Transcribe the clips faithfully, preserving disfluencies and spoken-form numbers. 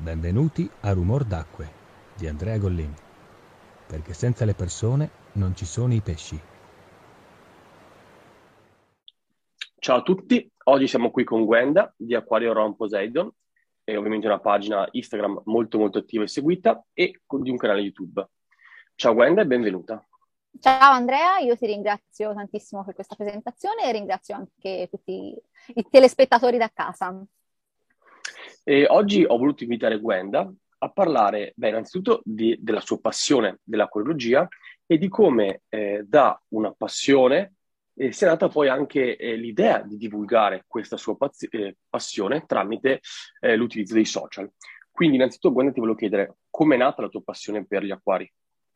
Benvenuti a Rumor d'Acque di Andrea Gollin, perché senza le persone non ci sono i pesci. Ciao a tutti, oggi siamo qui con Gwenda di Acquario Ron Poseidon, e ovviamente una pagina Instagram molto molto attiva e seguita e con- di un canale YouTube. Ciao Gwenda e benvenuta. Ciao Andrea, io ti ringrazio tantissimo per questa presentazione e ringrazio anche tutti i telespettatori da casa. E oggi ho voluto invitare Gwenda a parlare, beh, innanzitutto di- della sua passione dell'acquariologia e di come eh, da una passione eh, sia nata poi anche eh, l'idea di divulgare questa sua pazzi- eh, passione tramite eh, l'utilizzo dei social. Quindi innanzitutto Gwenda ti volevo chiedere come è nata la tua passione per gli acquari?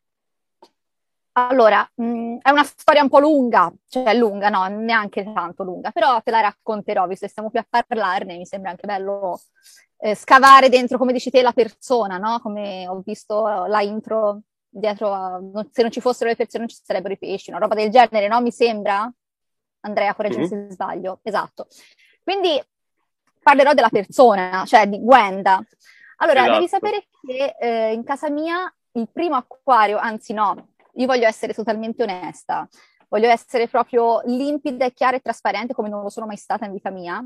Allora, mh, è una storia un po' lunga, cioè lunga, no, neanche tanto lunga, però te la racconterò, visto che stiamo qui a parlarne, mi sembra anche bello eh, scavare dentro, come dici te, la persona, no? Come ho visto la intro dietro, a, non- se non ci fossero le persone non ci sarebbero i pesci, una roba del genere, no? Mi sembra? Andrea, correggimi Mhm. se sbaglio. Esatto. Quindi parlerò della persona, cioè di Gwenda. Allora, devi Esatto. sapere che eh, in casa mia il primo acquario, anzi no, io voglio essere totalmente onesta, voglio essere proprio limpida e chiara e trasparente come non lo sono mai stata in vita mia.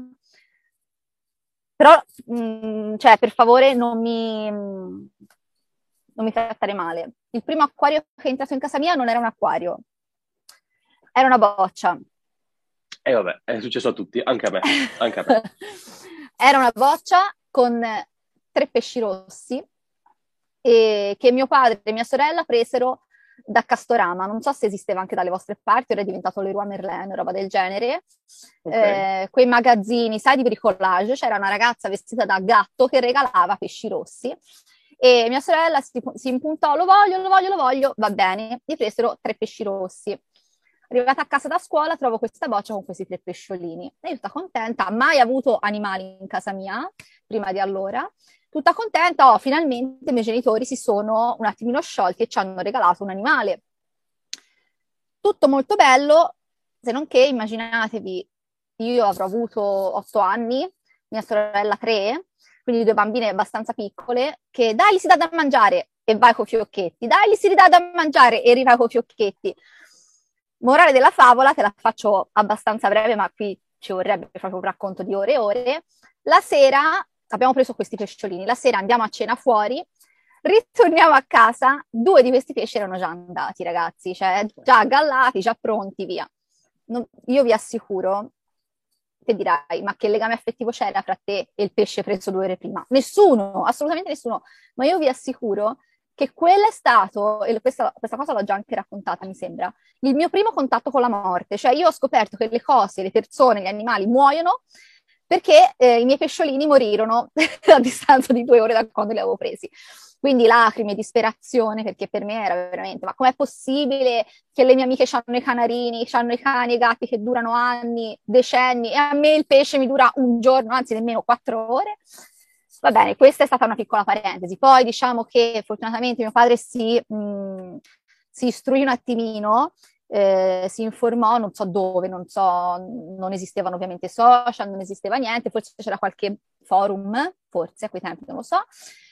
Però, mh, cioè, per favore, non mi, non mi trattare male. Il primo acquario che è entrato in casa mia non era un acquario, era una boccia. E vabbè, è successo a tutti, anche a me, anche a me. Era una boccia con tre pesci rossi e che mio padre e mia sorella presero da Castorama. Non so se esisteva anche dalle vostre parti, ora è diventato Leroy Merlin, roba del genere. Ok. Eh, quei magazzini, sai, di bricolage, c'era una ragazza vestita da gatto che regalava pesci rossi. E mia sorella si, si impuntò, lo voglio, lo voglio, lo voglio, va bene. Gli presero tre pesci rossi. Arrivata a casa da scuola trovo questa boccia con questi tre pesciolini. E io tutta contenta, mai avuto animali in casa mia prima di allora. Tutta contenta, oh, finalmente i miei genitori si sono un attimino sciolti e ci hanno regalato un animale. Tutto molto bello, se non che immaginatevi, io avrò avuto otto anni, mia sorella tre, quindi due bambine abbastanza piccole, che dai, gli si dà da mangiare e vai con fiocchetti, dai, gli si ridà da mangiare e rivai con fiocchetti. Morale della favola, te la faccio abbastanza breve, ma qui ci vorrebbe proprio un racconto di ore e ore. La sera abbiamo preso questi pesciolini, la sera andiamo a cena fuori, ritorniamo a casa, due di questi pesci erano già andati, ragazzi, cioè già gallati, già pronti, via. Non- io vi assicuro, te dirai, ma che legame affettivo c'era fra te e il pesce preso due ore prima? Nessuno, assolutamente nessuno, ma io vi assicuro che quello è stato, e questa, questa cosa l'ho già anche raccontata, mi sembra, il mio primo contatto con la morte, cioè io ho scoperto che le cose, le persone, gli animali muoiono perché eh, i miei pesciolini morirono a distanza di due ore da quando li avevo presi. Quindi lacrime, disperazione, perché per me era veramente, ma com'è possibile che le mie amiche hanno i canarini, hanno i cani e i gatti che durano anni, decenni, e a me il pesce mi dura un giorno, anzi nemmeno quattro ore? Va bene, questa è stata una piccola parentesi. Poi diciamo che fortunatamente mio padre si, mh, si istruì un attimino, eh, si informò, non so dove, non so, non esistevano ovviamente social, non esisteva niente, forse c'era qualche forum, forse a quei tempi non lo so.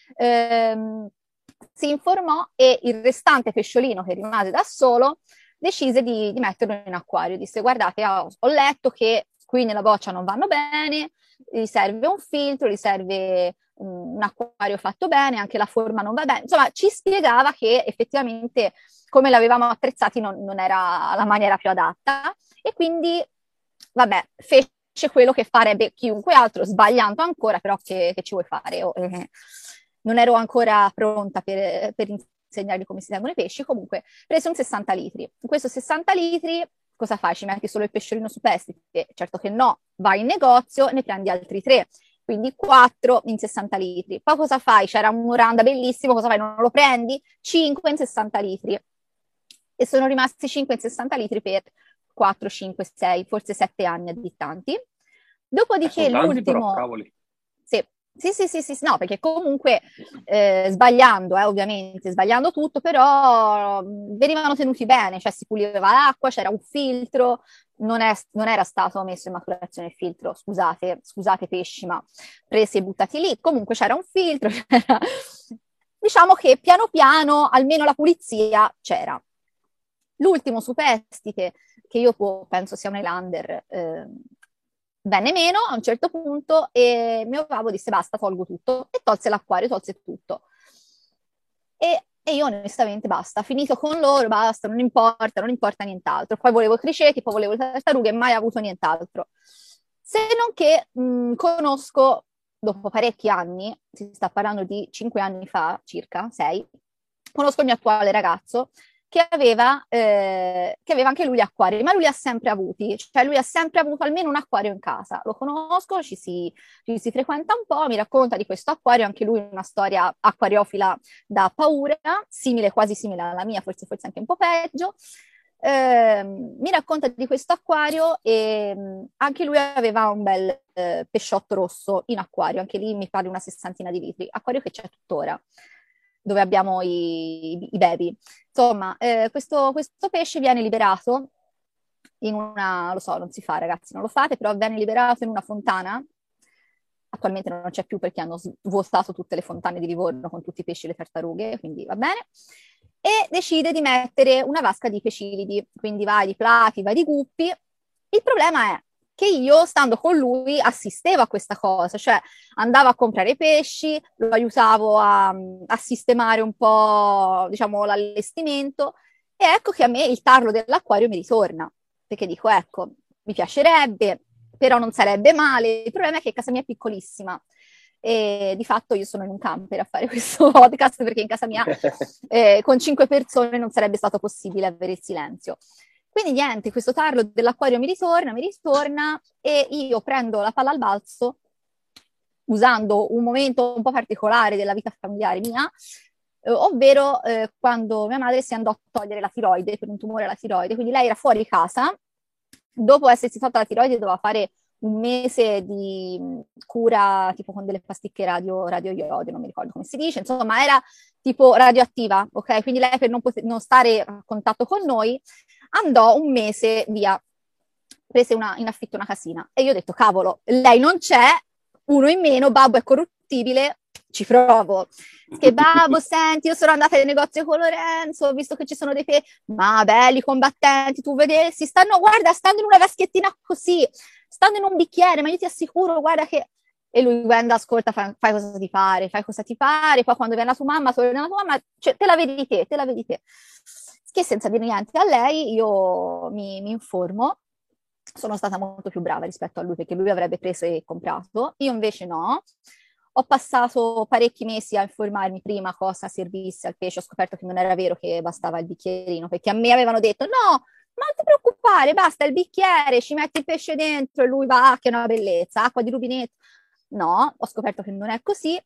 Ehm, si informò e il restante pesciolino che rimase da solo decise di, di metterlo in acquario. Disse: guardate, ho, ho letto che qui nella boccia non vanno bene, gli serve un filtro, gli serve un, un acquario fatto bene, anche la forma non va bene. Insomma, ci spiegava che effettivamente come l'avevamo attrezzati non, non era la maniera più adatta e quindi, vabbè, fece quello che farebbe chiunque altro, sbagliando ancora, però che, che ci vuoi fare? Oh, eh, non ero ancora pronta per, per insegnargli come si tengono i pesci, comunque prese un sessanta litri. In questo sessanta litri cosa fai? Ci metti solo il pesciolino su pestite? Certo che no, vai in negozio, ne prendi altri tre, quindi quattro in sessanta litri. Poi cosa fai? C'era un Moranda bellissimo, cosa fai? Non lo prendi? cinque in sessanta litri. E sono rimasti cinque in sessanta litri per quattro, cinque, sei, forse sette anni addittanti. Eh, sono Dopodiché tanti però, l'ultimo, cavoli. sì, Sì, sì, sì, sì, sì, no, perché comunque eh, sbagliando, eh, ovviamente, sbagliando tutto, però mh, venivano tenuti bene, cioè si puliva l'acqua, c'era un filtro, non, è, non era stato messo in maturazione il filtro, scusate, scusate pesci, ma presi e buttati lì, comunque c'era un filtro, c'era... diciamo che piano piano almeno la pulizia c'era. L'ultimo superstite, che io penso sia un Highlander, eh, venne meno a un certo punto e mio babbo disse basta, tolgo tutto, e tolse l'acquario, tolse tutto. E, e io onestamente basta, finito con loro, basta, non importa, non importa nient'altro. Poi volevo i criceti, poi volevo le tartarughe, mai avuto nient'altro. Se non che mh, conosco, dopo parecchi anni, si sta parlando di cinque anni fa circa, sei, conosco il mio attuale ragazzo, che aveva, eh, che aveva anche lui gli acquari, ma lui li ha sempre avuti, cioè lui ha sempre avuto almeno un acquario in casa. Lo conosco, ci si, ci si frequenta un po', mi racconta di questo acquario, anche lui una storia acquariofila da paura, simile, quasi simile alla mia, forse, forse anche un po' peggio. Eh, mi racconta di questo acquario e mh, anche lui aveva un bel eh, pesciotto rosso in acquario, anche lì mi pare una sessantina di litri, acquario che c'è tuttora, dove abbiamo i, i baby. Insomma, eh, questo, questo pesce viene liberato in una, lo so, non si fa ragazzi, non lo fate, però viene liberato in una fontana, attualmente non c'è più perché hanno svuotato tutte le fontane di Livorno con tutti i pesci e le tartarughe, quindi va bene, e decide di mettere una vasca di pescilidi, quindi vai di plati, vai di guppi. Il problema è che io, stando con lui, assistevo a questa cosa, cioè andavo a comprare i pesci, lo aiutavo a, a sistemare un po', diciamo, l'allestimento, e ecco che a me il tarlo dell'acquario mi ritorna, perché dico, ecco, mi piacerebbe, però non sarebbe male. Il problema è che casa mia è piccolissima e di fatto io sono in un camper a fare questo podcast perché in casa mia eh, con cinque persone non sarebbe stato possibile avere il silenzio. Quindi niente, questo tarlo dell'acquario mi ritorna, mi ritorna e io prendo la palla al balzo usando un momento un po' particolare della vita familiare mia, eh, ovvero eh, quando mia madre si andò a togliere la tiroide per un tumore alla tiroide, quindi lei era fuori casa, dopo essersi fatta la tiroide doveva fare un mese di cura tipo con delle pasticche radio, radio iodio, non mi ricordo come si dice, insomma era tipo radioattiva, ok? Quindi lei per non, poter, non stare a contatto con noi andò un mese via, prese una, in affitto una casina e io ho detto cavolo, lei non c'è, uno in meno, babbo è corruttibile, ci provo. Che babbo, senti, io sono andata nel negozio con Lorenzo, ho visto che ci sono dei pe... ma belli combattenti, tu vedessi, stanno, guarda, stanno in una vaschettina così, stanno in un bicchiere, ma io ti assicuro, guarda che... E lui, Gwenda, ascolta, fai, fai cosa ti pare, fai cosa ti pare, poi quando viene la tua mamma, torna la tua mamma, cioè, te la vedi te, te la vedi te. Che senza dire niente a lei, io mi, mi informo, sono stata molto più brava rispetto a lui, perché lui avrebbe preso e comprato, io invece no. Ho passato parecchi mesi a informarmi prima cosa servisse al pesce, ho scoperto che non era vero che bastava il bicchierino, perché a me avevano detto no, ma non ti preoccupare, basta il bicchiere, ci metti il pesce dentro e lui va, che è una bellezza, acqua di rubinetto. No, ho scoperto che non è così.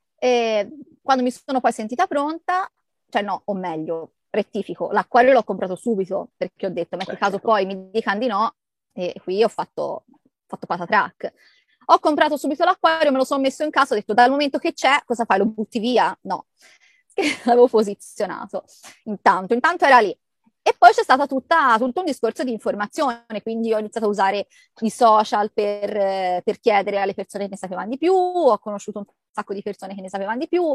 E quando mi sono poi sentita pronta, cioè no, o meglio, rettifico, l'acquario l'ho comprato subito, perché ho detto, metti caso poi mi dicano di no, e qui ho fatto, fatto patatrack. Ho comprato subito l'acquario, me lo sono messo in casa, ho detto dal momento che c'è, cosa fai? Lo butti via? No, l'avevo posizionato. Intanto, intanto era lì. E poi c'è stato tutta, tutto un discorso di informazione, quindi ho iniziato a usare i social per, eh, per chiedere alle persone che ne sapevano di più, ho conosciuto un sacco di persone che ne sapevano di più,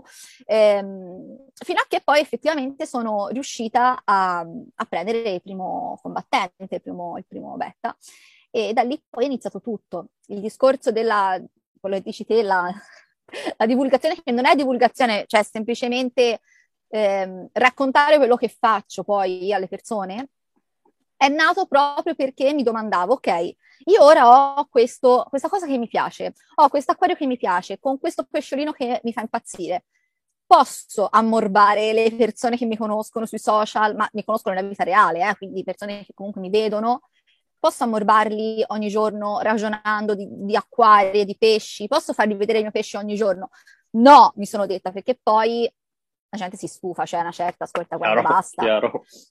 ehm, fino a che poi effettivamente sono riuscita a, a prendere il primo combattente, il primo, il primo beta. E da lì poi è iniziato tutto. Il discorso della, quello che dici te, la, la divulgazione, che non è divulgazione, cioè semplicemente ehm, raccontare quello che faccio poi alle persone, è nato proprio perché mi domandavo, ok, io ora ho questo, questa cosa che mi piace, ho questo acquario che mi piace, con questo pesciolino che mi fa impazzire. Posso ammorbare le persone che mi conoscono sui social, ma mi conoscono nella vita reale, eh, quindi persone che comunque mi vedono, posso ammorbarli ogni giorno ragionando di, di acquari e di pesci? Posso fargli vedere il mio pesce ogni giorno? No, mi sono detta, perché poi la gente si stufa, cioè una certa, ascolta, guarda, Chiaro, basta. chiaro.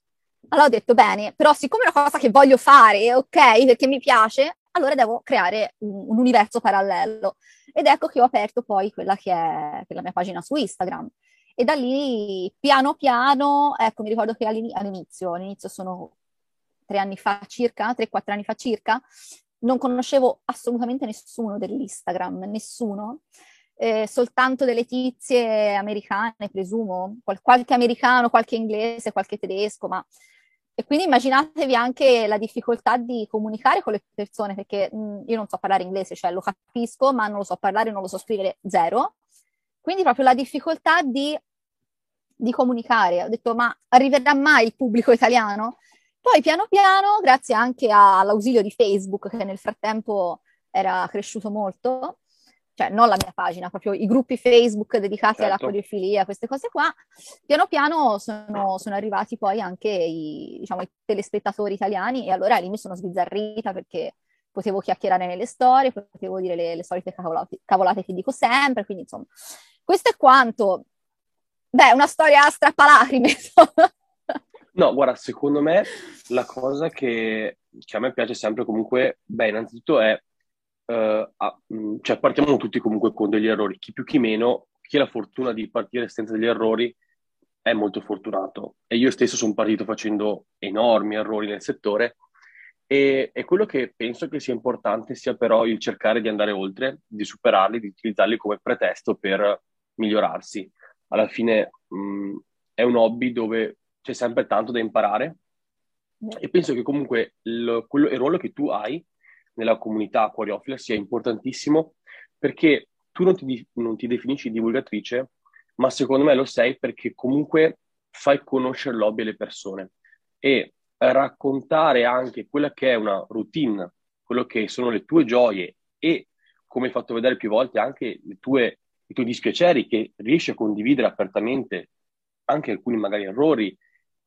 Allora ho detto bene, però siccome è una cosa che voglio fare, ok, perché mi piace, allora devo creare un, un universo parallelo. Ed ecco che ho aperto poi quella che è, che è la mia pagina su Instagram. E da lì, piano piano, ecco, mi ricordo che all'inizio, all'inizio sono tre anni fa circa, tre quattro anni fa circa, non conoscevo assolutamente nessuno dell'Instagram, nessuno. Eh, soltanto delle tizie americane, presumo, Qual- qualche americano, qualche inglese, qualche tedesco, ma... E quindi immaginatevi anche la difficoltà di comunicare con le persone, perché mh, io non so parlare inglese, cioè lo capisco, ma non lo so parlare, non lo so scrivere, zero. Quindi proprio la difficoltà di, di comunicare. Ho detto, ma arriverà mai il pubblico italiano? Poi piano piano, grazie anche all'ausilio di Facebook, che nel frattempo era cresciuto molto, cioè non la mia pagina, proprio i gruppi Facebook dedicati Certo. all'acquariofilia, queste cose qua, piano piano sono, sono arrivati poi anche i, diciamo, i telespettatori italiani, e allora lì mi sono sbizzarrita perché potevo chiacchierare nelle storie, potevo dire le, le solite cavolate, cavolate che dico sempre, quindi insomma, questo è quanto. Beh, una storia strappalacrime, insomma. No, guarda, secondo me la cosa che, che a me piace sempre comunque, beh, innanzitutto è, eh, ah, mh, cioè partiamo tutti comunque con degli errori, chi più chi meno, chi ha la fortuna di partire senza degli errori è molto fortunato. E io stesso sono partito facendo enormi errori nel settore e, e quello che penso che sia importante sia però il cercare di andare oltre, di superarli, di utilizzarli come pretesto per migliorarsi. Alla fine, mh, è un hobby dove c'è sempre tanto da imparare e penso che comunque il, quello, il ruolo che tu hai nella comunità acquariofila sia importantissimo perché tu non ti, di- non ti definisci divulgatrice, ma secondo me lo sei perché comunque fai conoscere l'hobby alle persone e raccontare anche quella che è una routine, quello che sono le tue gioie e, come hai fatto vedere più volte, anche le tue, i tuoi dispiaceri che riesci a condividere apertamente, anche alcuni magari errori,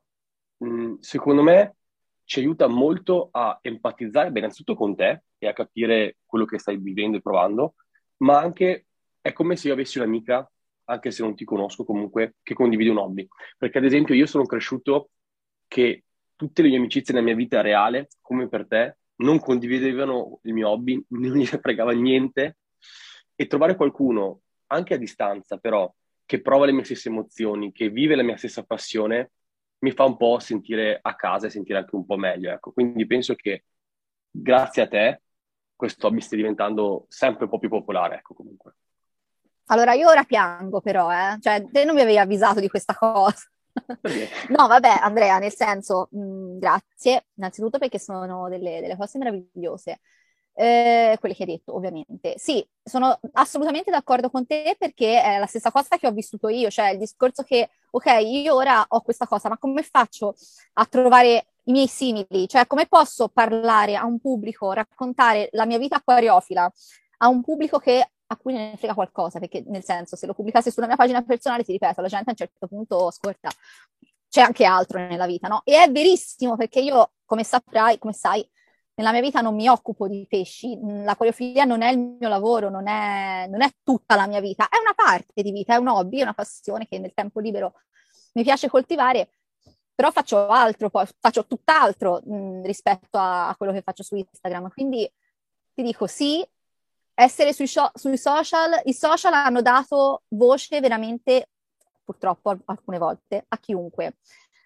mh, secondo me ci aiuta molto a empatizzare, beh, innanzitutto con te e a capire quello che stai vivendo e provando, ma anche è come se io avessi un'amica, anche se non ti conosco comunque, che condivide un hobby. Perché ad esempio io sono cresciuto che tutte le mie amicizie nella mia vita reale, come per te, non condividevano il mio hobby, non gli fregava niente e trovare qualcuno, anche a distanza però, che prova le mie stesse emozioni, che vive la mia stessa passione, mi fa un po' sentire a casa e sentire anche un po' meglio, ecco. Quindi penso che grazie a te questo hobby stia diventando sempre un po' più popolare, ecco, comunque. Allora, io ora piango però, eh. Cioè, te non mi avevi avvisato di questa cosa. Perché? No, vabbè, Andrea, nel senso, mh, grazie, innanzitutto perché sono delle, delle cose meravigliose. Eh, quelle che hai detto, ovviamente. Sì, sono assolutamente d'accordo con te perché è la stessa cosa che ho vissuto io, cioè il discorso che, ok, io ora ho questa cosa, ma come faccio a trovare i miei simili? Cioè, come posso parlare a un pubblico, raccontare la mia vita acquariofila a un pubblico che a cui ne frega qualcosa, perché nel senso, se lo pubblicassi sulla mia pagina personale, ti ripeto, la gente a un certo punto ascolta, c'è anche altro nella vita, no? E è verissimo, perché io, come saprai, come sai, nella mia vita non mi occupo di pesci, l'acquariofilia non è il mio lavoro, non è, non è tutta la mia vita, è una parte di vita, è un hobby, è una passione che nel tempo libero mi piace coltivare, però faccio altro, poi faccio tutt'altro mh, rispetto a, a quello che faccio su Instagram, quindi ti dico sì, essere sui, sho- sui social, i social hanno dato voce veramente, purtroppo alcune volte, a chiunque.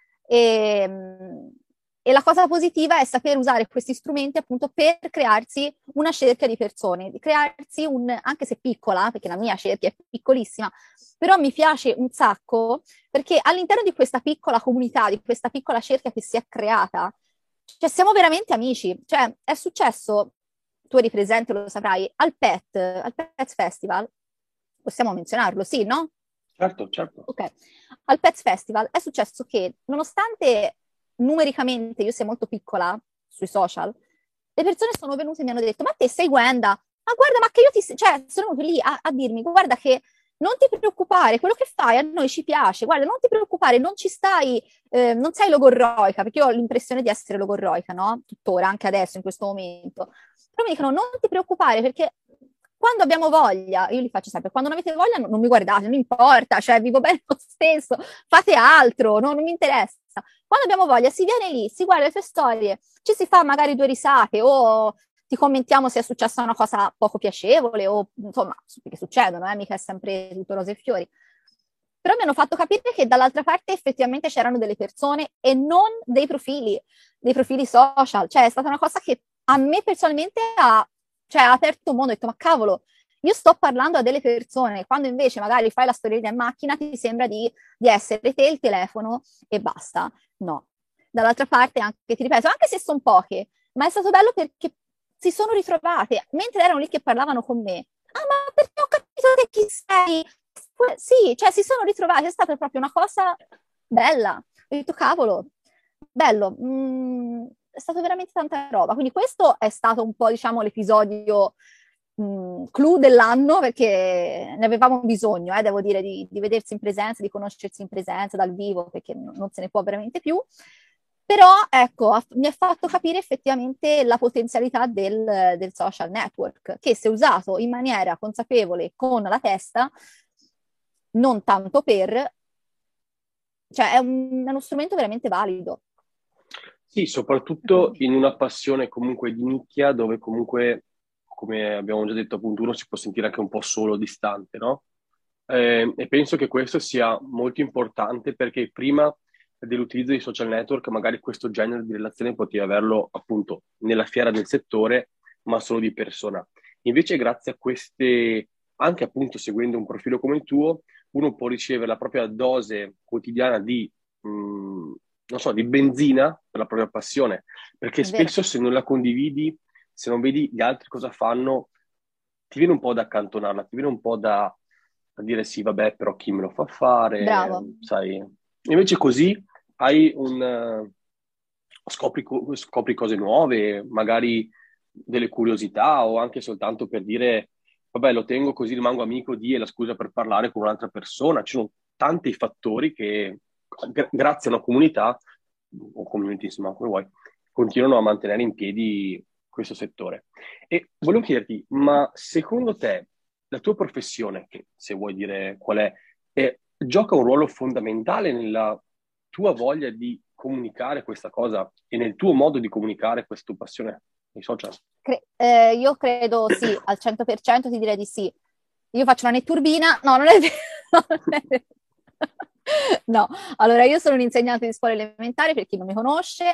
E, e la cosa positiva è saper usare questi strumenti appunto per crearsi una cerchia di persone, di crearsi un, anche se piccola, perché la mia cerchia è piccolissima, però mi piace un sacco perché all'interno di questa piccola comunità, di questa piccola cerchia che si è creata, cioè siamo veramente amici. Cioè è successo, tu eri presente, lo saprai, al Pet, al Pet Festival, possiamo menzionarlo, sì, no? Certo, certo. Ok. Al Pets Festival è successo che, nonostante numericamente io sia molto piccola sui social, le persone sono venute e mi hanno detto: ma te sei Gwenda? Ma guarda, ma che io ti... Cioè, sono venuti lì a, a dirmi: guarda che non ti preoccupare, quello che fai a noi ci piace, guarda, non ti preoccupare, non ci stai, eh, non sei logorroica, perché io ho l'impressione di essere logorroica, no? Tuttora, anche adesso, in questo momento. Però mi dicono: non ti preoccupare, perché Quando abbiamo voglia, io li faccio sempre, quando non avete voglia non, non mi guardate, non importa, cioè vivo bene lo stesso, fate altro, no, non mi interessa. Quando abbiamo voglia si viene lì, si guarda le tue storie, ci si fa magari due risate o ti commentiamo se è successa una cosa poco piacevole o insomma, che succedono, eh, mica è sempre tutto rose e fiori. Però mi hanno fatto capire che dall'altra parte effettivamente c'erano delle persone e non dei profili, dei profili social. Cioè è stata una cosa che a me personalmente ha, cioè, ha aperto un mondo. Ho detto, ma cavolo, io sto parlando a delle persone, quando invece magari fai la storiella in macchina ti sembra di, di essere te, il telefono e basta. No. Dall'altra parte anche, ti ripeto, anche se sono poche, ma è stato bello perché si sono ritrovate, mentre erano lì che parlavano con me. Ah, ma perché ho capito te chi sei? Sì, cioè si sono ritrovati, è stata proprio una cosa bella. Ho detto, cavolo, bello, mm, è stato veramente tanta roba. Quindi questo è stato un po', diciamo, l'episodio mm, clou dell'anno, perché ne avevamo bisogno, eh, devo dire, di, di vedersi in presenza, di conoscersi in presenza, dal vivo, perché non, non se ne può veramente più. Però, ecco, ha- mi ha fatto capire effettivamente la potenzialità del, del social network, che se usato in maniera consapevole con la testa, non tanto per, cioè è, un- è uno strumento veramente valido. Sì, soprattutto in una passione comunque di nicchia, dove comunque, come abbiamo già detto, appunto, uno si può sentire anche un po' solo, distante, no? Eh, e penso che questo sia molto importante perché prima dell'utilizzo dei social network, magari questo genere di relazione potevi averlo appunto nella fiera del settore, ma solo di persona. Invece, grazie a queste, anche appunto seguendo un profilo come il tuo, uno può ricevere la propria dose quotidiana di, mh, non so, di benzina per la propria passione, perché È vero, spesso se non la condividi, se non vedi gli altri cosa fanno, ti viene un po' da accantonarla, ti viene un po' da, da dire sì, vabbè, però chi me lo fa fare, bravo. sai. Invece così hai un... eh, scopri, co- scopri cose nuove, magari delle curiosità o anche soltanto per dire, vabbè, lo tengo così rimango amico di, è la scusa per parlare con un'altra persona. Ci sono tanti fattori che, gra- grazie a una comunità, o community, insomma, come vuoi, continuano a mantenere in piedi questo settore. E volevo chiederti, ma secondo te la tua professione, che se vuoi dire qual è, eh, gioca un ruolo fondamentale nella tua voglia di comunicare questa cosa e nel tuo modo di comunicare questa tua passione nei social? Cre- eh, io credo sì, al cento per cento ti direi di sì. Io faccio la netturbina, no, non è vero. Non è vero. No, allora io sono un'insegnante di scuola elementare per chi non mi conosce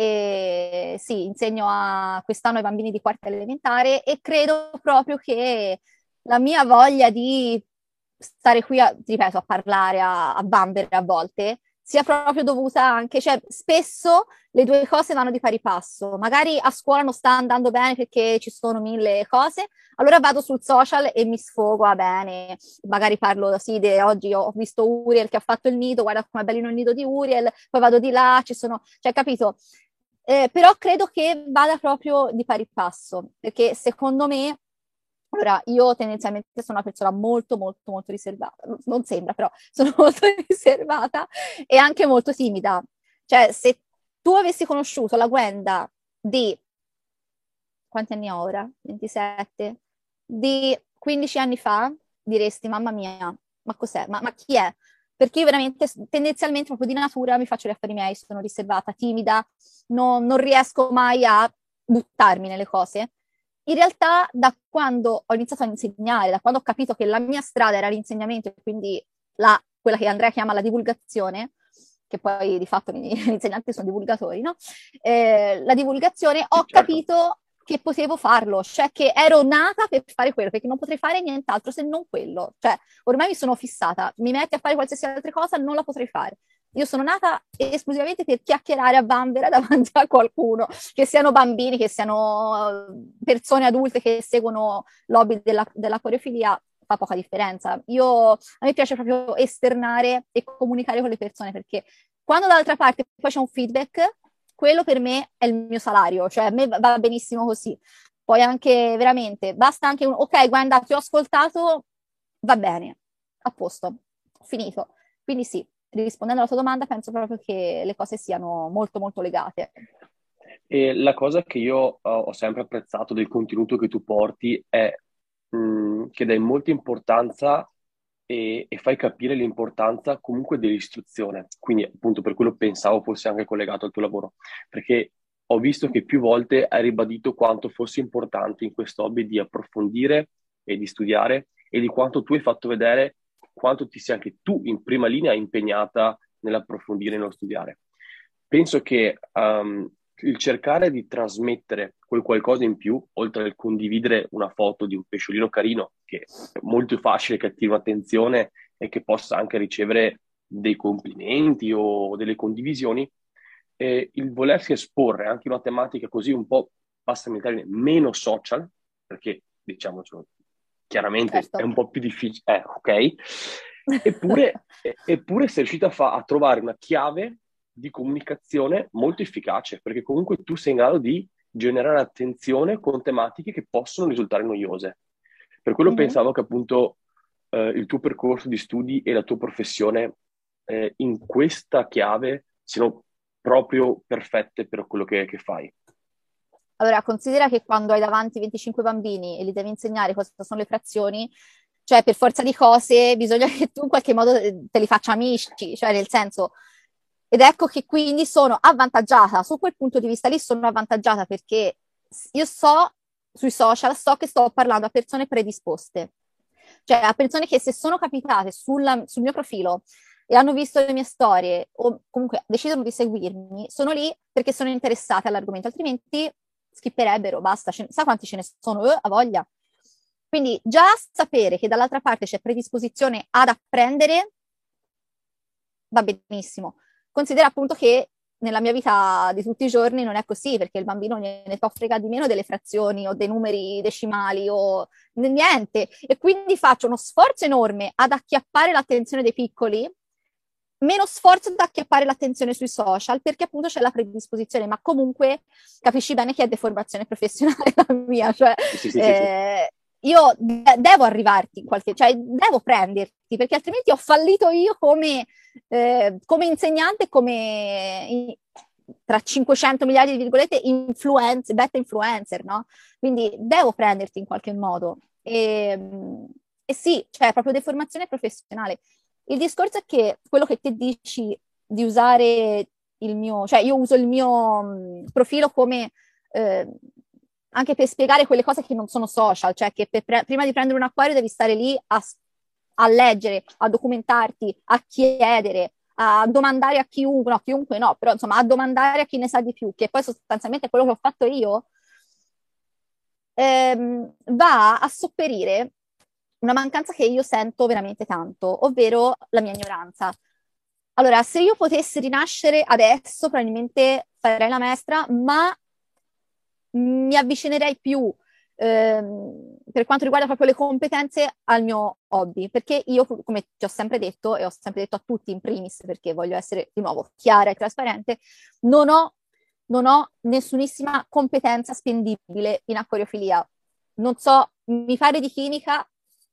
e sì, insegno a quest'anno ai bambini di quarta elementare e credo proprio che la mia voglia di stare qui, a, ti ripeto, a parlare, a, a bambere a volte, sia proprio dovuta anche, cioè spesso le due cose vanno di pari passo. Magari a scuola non sta andando bene perché ci sono mille cose, allora vado sul social e mi sfogo, va bene, magari parlo, sì, de, oggi ho visto Uriel che ha fatto il nido, guarda com'è bellino il nido di Uriel, poi vado di là, ci sono, cioè capito? Eh, però credo che vada proprio di pari passo, perché secondo me, allora io tendenzialmente sono una persona molto molto molto riservata, non sembra però, sono molto riservata e anche molto timida. Cioè se tu avessi conosciuto la Gwenda di, quanti anni ho ora? ventisette? Di quindici anni fa, diresti, mamma mia, ma cos'è? Ma, ma chi è? Perché io veramente, tendenzialmente, proprio di natura, mi faccio gli affari miei, sono riservata, timida, non, non riesco mai a buttarmi nelle cose. In realtà, da quando ho iniziato a insegnare, da quando ho capito che la mia strada era l'insegnamento, e quindi la, quella che Andrea chiama la divulgazione, che poi di fatto gli insegnanti sono divulgatori, no? Eh, la divulgazione, Sì, ho certo. capito che potevo farlo, cioè che ero nata per fare quello, perché non potrei fare nient'altro se non quello. Cioè, ormai mi sono fissata, mi metti a fare qualsiasi altra cosa, non la potrei fare. Io sono nata esclusivamente per chiacchierare a vanvera davanti a qualcuno, che siano bambini, che siano persone adulte che seguono l'hobby della, della coreofilia, fa poca differenza. Io, a me piace proprio esternare e comunicare con le persone, perché quando dall'altra parte poi c'è un feedback, quello per me è il mio salario, cioè a me va benissimo così. Poi anche veramente, basta anche un ok, guarda, ti ho ascoltato, va bene, a posto, ho finito. Quindi sì, rispondendo alla tua domanda, penso proprio che le cose siano molto molto legate. E la cosa che io uh, ho sempre apprezzato del contenuto che tu porti è mh, che dai molta importanza e, e fai capire l'importanza comunque dell'istruzione. Quindi appunto per quello pensavo fosse anche collegato al tuo lavoro, perché ho visto che più volte hai ribadito quanto fosse importante in questo hobby di approfondire e di studiare e di quanto tu hai fatto vedere quanto ti sia anche tu in prima linea impegnata nell'approfondire e nello studiare. Penso che um, il cercare di trasmettere quel qualcosa in più, oltre al condividere una foto di un pesciolino carino, che è molto facile che attiri un'attenzione e che possa anche ricevere dei complimenti o delle condivisioni, eh, il volersi esporre anche in una tematica così un po', passami il termine, meno social, perché diciamocelo, chiaramente Certo. è un po' più difficile, eh, ok? Eppure, eppure sei riuscita a, fa- a trovare una chiave di comunicazione molto efficace, perché comunque tu sei in grado di generare attenzione con tematiche che possono risultare noiose. Per quello Mhm. pensavo che appunto eh, il tuo percorso di studi e la tua professione eh, in questa chiave siano proprio perfette per quello che, che fai. Allora, considera che quando hai davanti venticinque bambini e li devi insegnare cosa sono le frazioni, cioè per forza di cose bisogna che tu in qualche modo te li faccia amici, cioè nel senso, ed ecco che quindi sono avvantaggiata, su quel punto di vista lì sono avvantaggiata perché io so, sui social, so che sto parlando a persone predisposte, cioè a persone che se sono capitate sulla, sul mio profilo e hanno visto le mie storie o comunque decidono di seguirmi, sono lì perché sono interessate all'argomento, altrimenti skipperebbero, basta, ce, sa quanti ce ne sono, eh, a voglia. Quindi già sapere che dall'altra parte c'è predisposizione ad apprendere va benissimo. Considera appunto che nella mia vita di tutti i giorni non è così, perché il bambino ne può fregare di meno delle frazioni o dei numeri decimali o niente. E quindi faccio uno sforzo enorme ad acchiappare l'attenzione dei piccoli, meno sforzo ad acchiappare l'attenzione sui social, perché appunto c'è la predisposizione, ma comunque capisci bene che è deformazione professionale la mia, cioè Sì, sì, sì, sì. eh, io de- devo arrivarti in qualche, cioè devo prenderti, perché altrimenti ho fallito io come, eh, come insegnante, come in, tra cinquecento miliardi di virgolette influencer, beta influencer, no? Quindi devo prenderti in qualche modo. E, e sì, cioè proprio deformazione professionale. Il discorso è che quello che te dici di usare il mio, cioè io uso il mio mh, profilo come eh, anche per spiegare quelle cose che non sono social, cioè che pre- prima di prendere un acquario devi stare lì a, a leggere, a documentarti, a chiedere, a domandare a chiunque, no, chiunque no, però insomma a domandare a chi ne sa di più, che poi sostanzialmente è quello che ho fatto io, ehm, va a sopperire una mancanza che io sento veramente tanto, ovvero la mia ignoranza. Allora, se io potessi rinascere adesso, probabilmente farei la maestra, ma mi avvicinerei più ehm, per quanto riguarda proprio le competenze al mio hobby, perché io, come ti ho sempre detto, e ho sempre detto a tutti in primis, perché voglio essere di nuovo chiara e trasparente, non ho, non ho nessunissima competenza spendibile in acquariofilia. Non so, mi parli di chimica,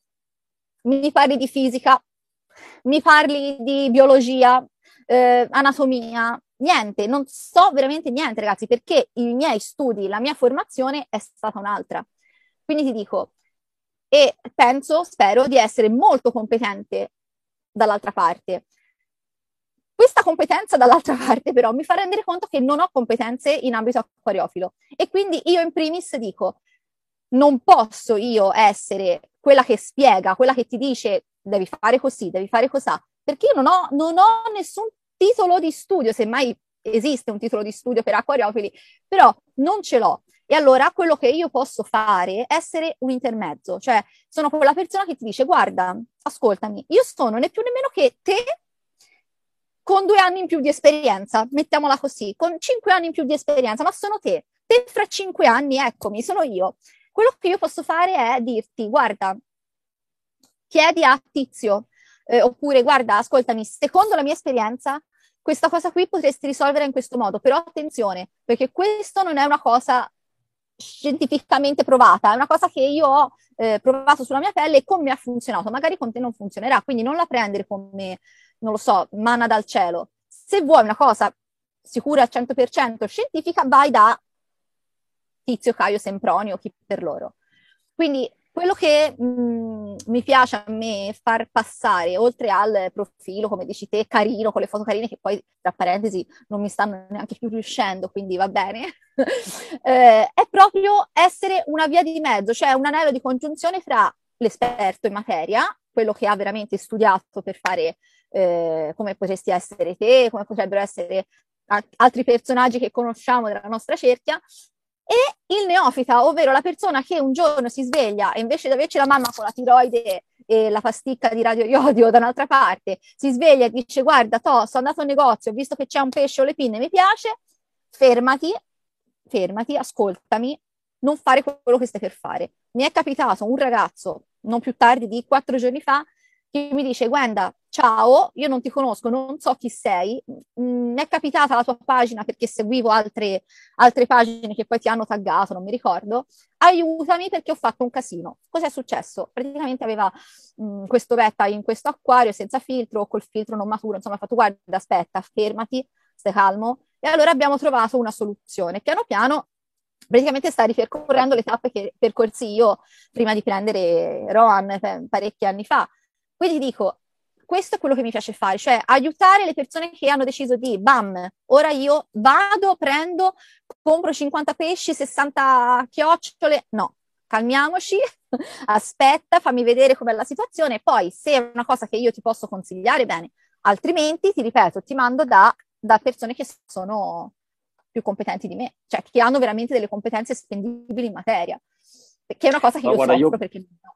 mi parli di fisica, mi parli di biologia, eh, anatomia, niente, non so veramente niente, ragazzi, perché i miei studi, la mia formazione è stata un'altra. Quindi ti dico, e penso, spero di essere molto competente dall'altra parte. Questa competenza dall'altra parte però mi fa rendere conto che non ho competenze in ambito acquariofilo e quindi io in primis dico non posso io essere quella che spiega, quella che ti dice devi fare così, devi fare così, perché io non ho, non ho nessun titolo di studio, semmai esiste un titolo di studio per acquariofili, però non ce l'ho. E allora quello che io posso fare è essere un intermezzo, cioè sono quella persona che ti dice guarda, ascoltami, io sono né più nemmeno che te con due anni in più di esperienza, mettiamola così, con cinque anni in più di esperienza, ma sono te. Te fra cinque anni, eccomi, sono io. Quello che io posso fare è dirti, guarda, chiedi a Tizio, eh, oppure guarda, ascoltami, secondo la mia esperienza, questa cosa qui potresti risolvere in questo modo, però attenzione, perché questo non è una cosa scientificamente provata, è una cosa che io ho eh, provato sulla mia pelle e come ha funzionato, magari con te non funzionerà, quindi non la prendere come, non lo so, manna dal cielo. Se vuoi una cosa sicura al cento per cento scientifica, vai da Tizio, Caio, Sempronio, chi per loro. Quindi quello che mh, mi piace a me far passare, oltre al profilo, come dici te, carino, con le foto carine, che poi, tra parentesi, non mi stanno neanche più riuscendo, quindi va bene, eh, è proprio essere una via di mezzo, cioè un anello di congiunzione fra l'esperto in materia, quello che ha veramente studiato per fare eh, come potresti essere te, come potrebbero essere altri personaggi che conosciamo della nostra cerchia, e il neofita, ovvero la persona che un giorno si sveglia e invece di averci la mamma con la tiroide e la pasticca di radioiodio da un'altra parte, si sveglia e dice guarda, to, sono andato al negozio, ho visto che c'è un pesce o le pinne, mi piace, fermati, fermati, ascoltami, non fare quello che stai per fare. Mi è capitato un ragazzo, non più tardi di quattro giorni fa, che mi dice Gwenda, ciao, io non ti conosco, non so chi sei, mi è capitata la tua pagina perché seguivo altre, altre pagine che poi ti hanno taggato, non mi ricordo, aiutami perché ho fatto un casino. Cos'è successo? Praticamente aveva mh, questo betta in questo acquario senza filtro, col filtro non maturo, insomma ha fatto guarda, aspetta, fermati, stai calmo, e allora abbiamo trovato una soluzione. Piano piano praticamente sta ripercorrendo le tappe che percorsi io prima di prendere Rohan parecchi anni fa. Quindi dico, questo è quello che mi piace fare, cioè aiutare le persone che hanno deciso di, bam, ora io vado, prendo, compro cinquanta pesci, sessanta chiocciole, no, calmiamoci, aspetta, fammi vedere com'è la situazione, poi se è una cosa che io ti posso consigliare, bene, altrimenti, ti ripeto, ti mando da, da persone che sono più competenti di me, cioè che hanno veramente delle competenze spendibili in materia, che è una cosa che Ma io guarda, soffro io... perché no.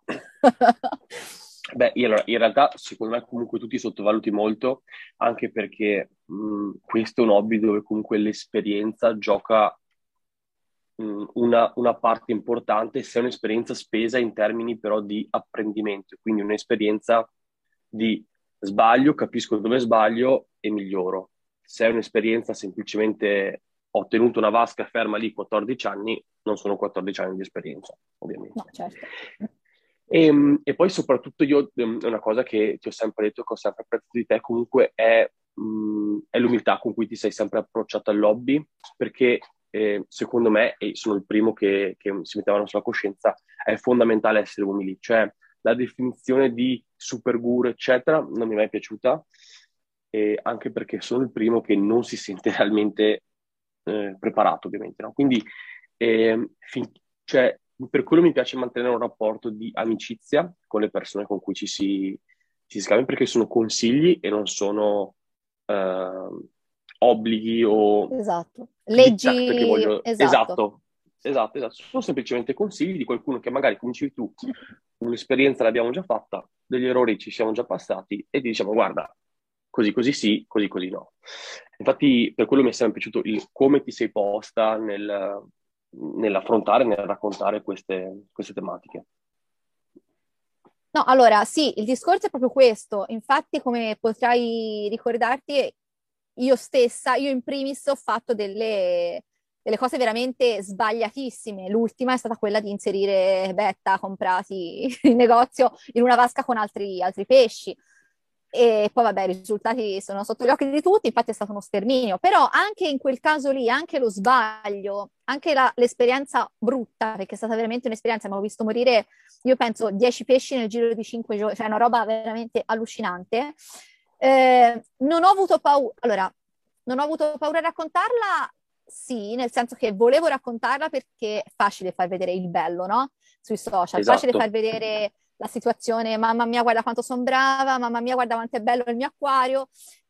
Beh, io, allora, in realtà secondo me comunque tu ti sottovaluti molto, anche perché mh, questo è un hobby dove comunque l'esperienza gioca mh, una, una parte importante, se è un'esperienza spesa in termini però di apprendimento, quindi un'esperienza di sbaglio, capisco dove sbaglio e miglioro. Se è un'esperienza semplicemente ho ottenuto una vasca ferma lì quattordici anni, non sono quattordici anni di esperienza, ovviamente. No, certo. E, e poi soprattutto io, una cosa che ti ho sempre detto, che ho sempre apprezzato di te comunque, è, mh, è l'umiltà con cui ti sei sempre approcciato al hobby, perché eh, secondo me, e sono il primo che, che si mettevano sulla coscienza, è fondamentale essere umili, cioè la definizione di super guru, eccetera, non mi è mai piaciuta, e anche perché sono il primo che non si sente realmente eh, preparato, ovviamente, no? Quindi, eh, fin- cioè, per quello mi piace mantenere un rapporto di amicizia con le persone con cui ci si, ci si scambia, perché sono consigli e non sono eh, obblighi o Esatto. diktat che Leggi, voglio... esatto. Esatto, esatto, esatto. Sono semplicemente consigli di qualcuno che magari, come dicevi tu, un'esperienza l'abbiamo già fatta, degli errori ci siamo già passati e ti diciamo, guarda, così così sì, così così no. Infatti, per quello mi è sempre piaciuto il come ti sei posta nel, nell'affrontare, nel raccontare queste, queste tematiche. No, allora sì, il discorso è proprio questo. Infatti, come potrai ricordarti, io stessa, io in primis ho fatto delle, delle cose veramente sbagliatissime. L'ultima è stata quella di inserire betta comprati in negozio in una vasca con altri, altri pesci. E poi vabbè, i risultati sono sotto gli occhi di tutti, infatti è stato uno sterminio, però anche in quel caso lì, anche lo sbaglio, anche la, l'esperienza brutta, perché è stata veramente un'esperienza, mi ho visto morire, io penso, dieci pesci nel giro di cinque giorni, cioè una roba veramente allucinante. Eh, non ho avuto paura, allora, non ho avuto paura a raccontarla, sì, nel senso che volevo raccontarla perché è facile far vedere il bello, no? Sui social, facile Esatto. far vedere la situazione, mamma mia guarda quanto sono brava, mamma mia guarda quanto è bello il mio acquario,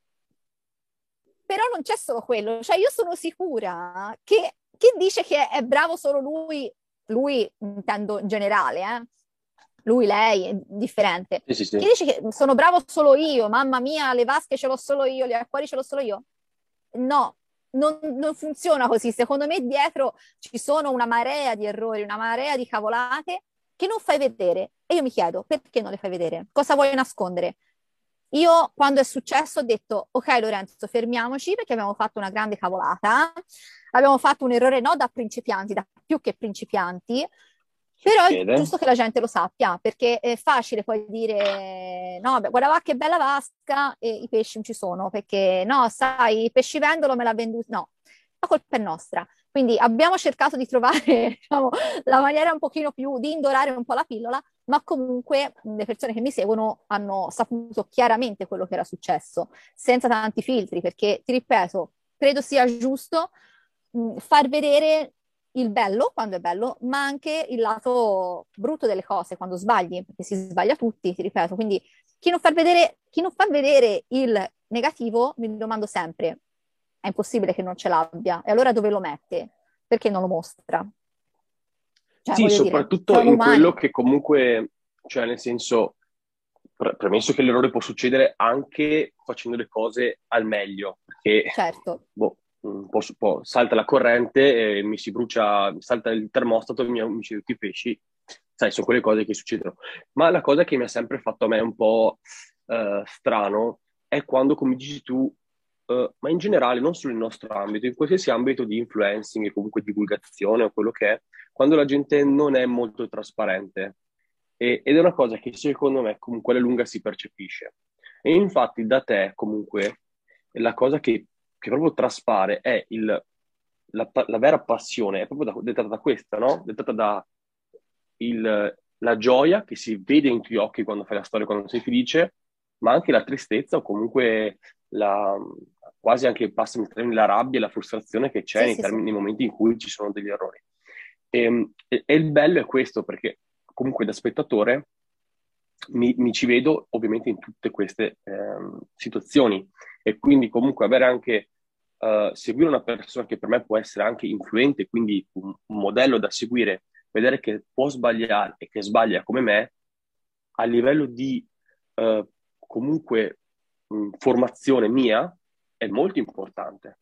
però non c'è solo quello, cioè io sono sicura che chi dice che è bravo solo lui, lui intendo in generale, eh? Lui, lei, è differente, Sì, sì, sì. chi dice che sono bravo solo io, mamma mia le vasche ce l'ho solo io, gli acquari ce l'ho solo io, no. Non, non funziona così, secondo me dietro ci sono una marea di errori, una marea di cavolate che non fai vedere. E io mi chiedo, perché non le fai vedere? Cosa vuoi nascondere? Io, quando è successo, ho detto, ok Lorenzo, fermiamoci perché abbiamo fatto una grande cavolata, abbiamo fatto un errore no da principianti, da più che principianti, però è Succede. giusto che la gente lo sappia, perché è facile poi dire, no, beh, guarda va che bella vasca e i pesci non ci sono, perché no, sai, i pesci vendono, me l'ha venduto, no, la colpa è nostra. Quindi abbiamo cercato di trovare, diciamo, la maniera un pochino più di indorare un po' la pillola, ma comunque le persone che mi seguono hanno saputo chiaramente quello che era successo, senza tanti filtri, perché ti ripeto, credo sia giusto mh, far vedere il bello quando è bello, ma anche il lato brutto delle cose quando sbagli, perché si sbaglia tutti, ti ripeto. Quindi chi non fa vedere, chi non fa vedere il negativo, mi domando sempre, è impossibile che non ce l'abbia. E allora dove lo mette? Perché non lo mostra? Cioè, Sì, voglio dire, soprattutto siamo in quello umani, che comunque, cioè nel senso, pre- premesso che l'errore può succedere anche facendo le cose al meglio, perché certo. boh, un po', su- po', salta la corrente e mi si brucia, salta il termostato e mi uccide tutti i pesci, sai, sono quelle cose che succedono. Ma la cosa che mi ha sempre fatto a me un po' eh, strano è quando, come dici tu, eh, ma in generale, non solo nel nostro ambito, in qualsiasi ambito di influencing e comunque divulgazione o quello che è, quando la gente non è molto trasparente. E- ed è una cosa che secondo me comunque alla lunga si percepisce. E infatti da te comunque la cosa che, che proprio traspare è il, la, pa- la vera passione, è proprio da- dettata da questa, no? Dettata da il- la gioia che si vede in tuoi occhi quando fai la storia, quando sei felice, ma anche la tristezza o comunque la, quasi anche, passami il termine, la rabbia e la frustrazione che c'è Sì, nei, sì, sì. termini, nei momenti in cui ci sono degli errori. E, e- e il bello è questo, perché comunque da spettatore mi, mi ci vedo ovviamente in tutte queste ehm, situazioni e quindi comunque avere anche, eh, seguire una persona che per me può essere anche influente, quindi un, un modello da seguire, vedere che può sbagliare e che sbaglia come me, a livello di eh, comunque mh, formazione mia, è molto importante.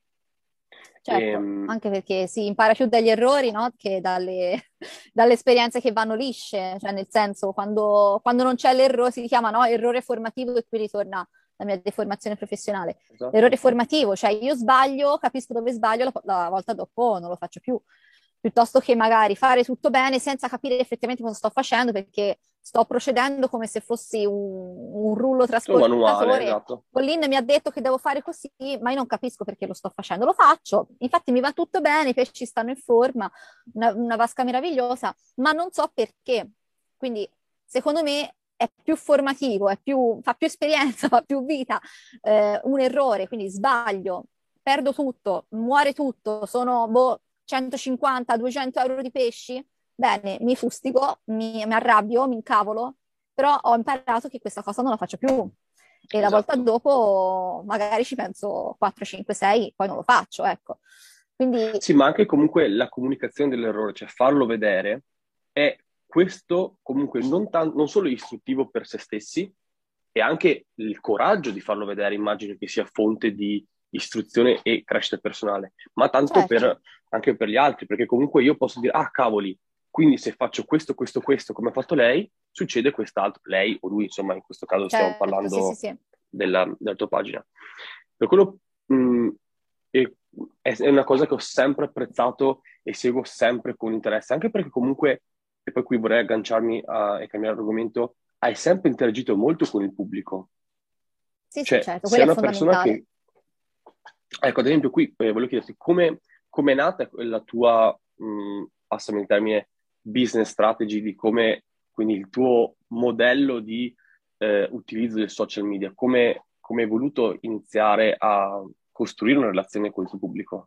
Certo, Ehm, anche perché si impara più dagli errori, no? Che dalle, dalle esperienze che vanno lisce, cioè nel senso quando, quando non c'è l'errore si chiama no, errore formativo e qui ritorna la mia deformazione professionale. L'errore esatto. formativo, cioè io sbaglio, capisco dove sbaglio, la, la volta dopo non lo faccio più, piuttosto che magari fare tutto bene senza capire effettivamente cosa sto facendo perché sto procedendo come se fossi un, un rullo Un manuale, trasportatore. esatto. Collin mi ha detto che devo fare così, ma io non capisco perché lo sto facendo. Lo faccio, infatti mi va tutto bene, i pesci stanno in forma, una, una vasca meravigliosa, ma non so perché. Quindi, secondo me, è più formativo, è più, fa più esperienza, fa più vita, eh, un errore, quindi sbaglio, perdo tutto, muore tutto, sono boh, centocinquanta duecento euro di pesci. Bene, mi fustigo, mi, mi arrabbio, mi incavolo, però ho imparato che questa cosa non la faccio più e la volta Esatto. dopo magari ci penso quattro, cinque, sei, poi non lo faccio, ecco. Quindi Sì, ma anche comunque la comunicazione dell'errore, cioè farlo vedere, è questo comunque non, tan- non solo istruttivo per se stessi, e anche il coraggio di farlo vedere, immagino che sia fonte di istruzione e crescita personale, ma tanto certo, per, anche per gli altri, perché comunque io posso dire, ah cavoli, quindi se faccio questo, questo, questo, come ha fatto lei, succede quest'altro, lei o lui, insomma, in questo caso stiamo certo, sì, sì, parlando sì. della, della tua pagina. Per quello, mh, è, è una cosa che ho sempre apprezzato e seguo sempre con interesse, anche perché comunque, e poi qui vorrei agganciarmi a, e cambiare argomento, hai sempre interagito molto con il pubblico. Sì, sì, Cioè, certo, sei quello è una persona fondamentale. che... Ecco, ad esempio qui eh, volevo chiederti come come è nata la tua, mh, passami il termine, business strategy, di come, quindi il tuo modello di eh, utilizzo del social media, come, come hai voluto iniziare a costruire una relazione con il tuo pubblico?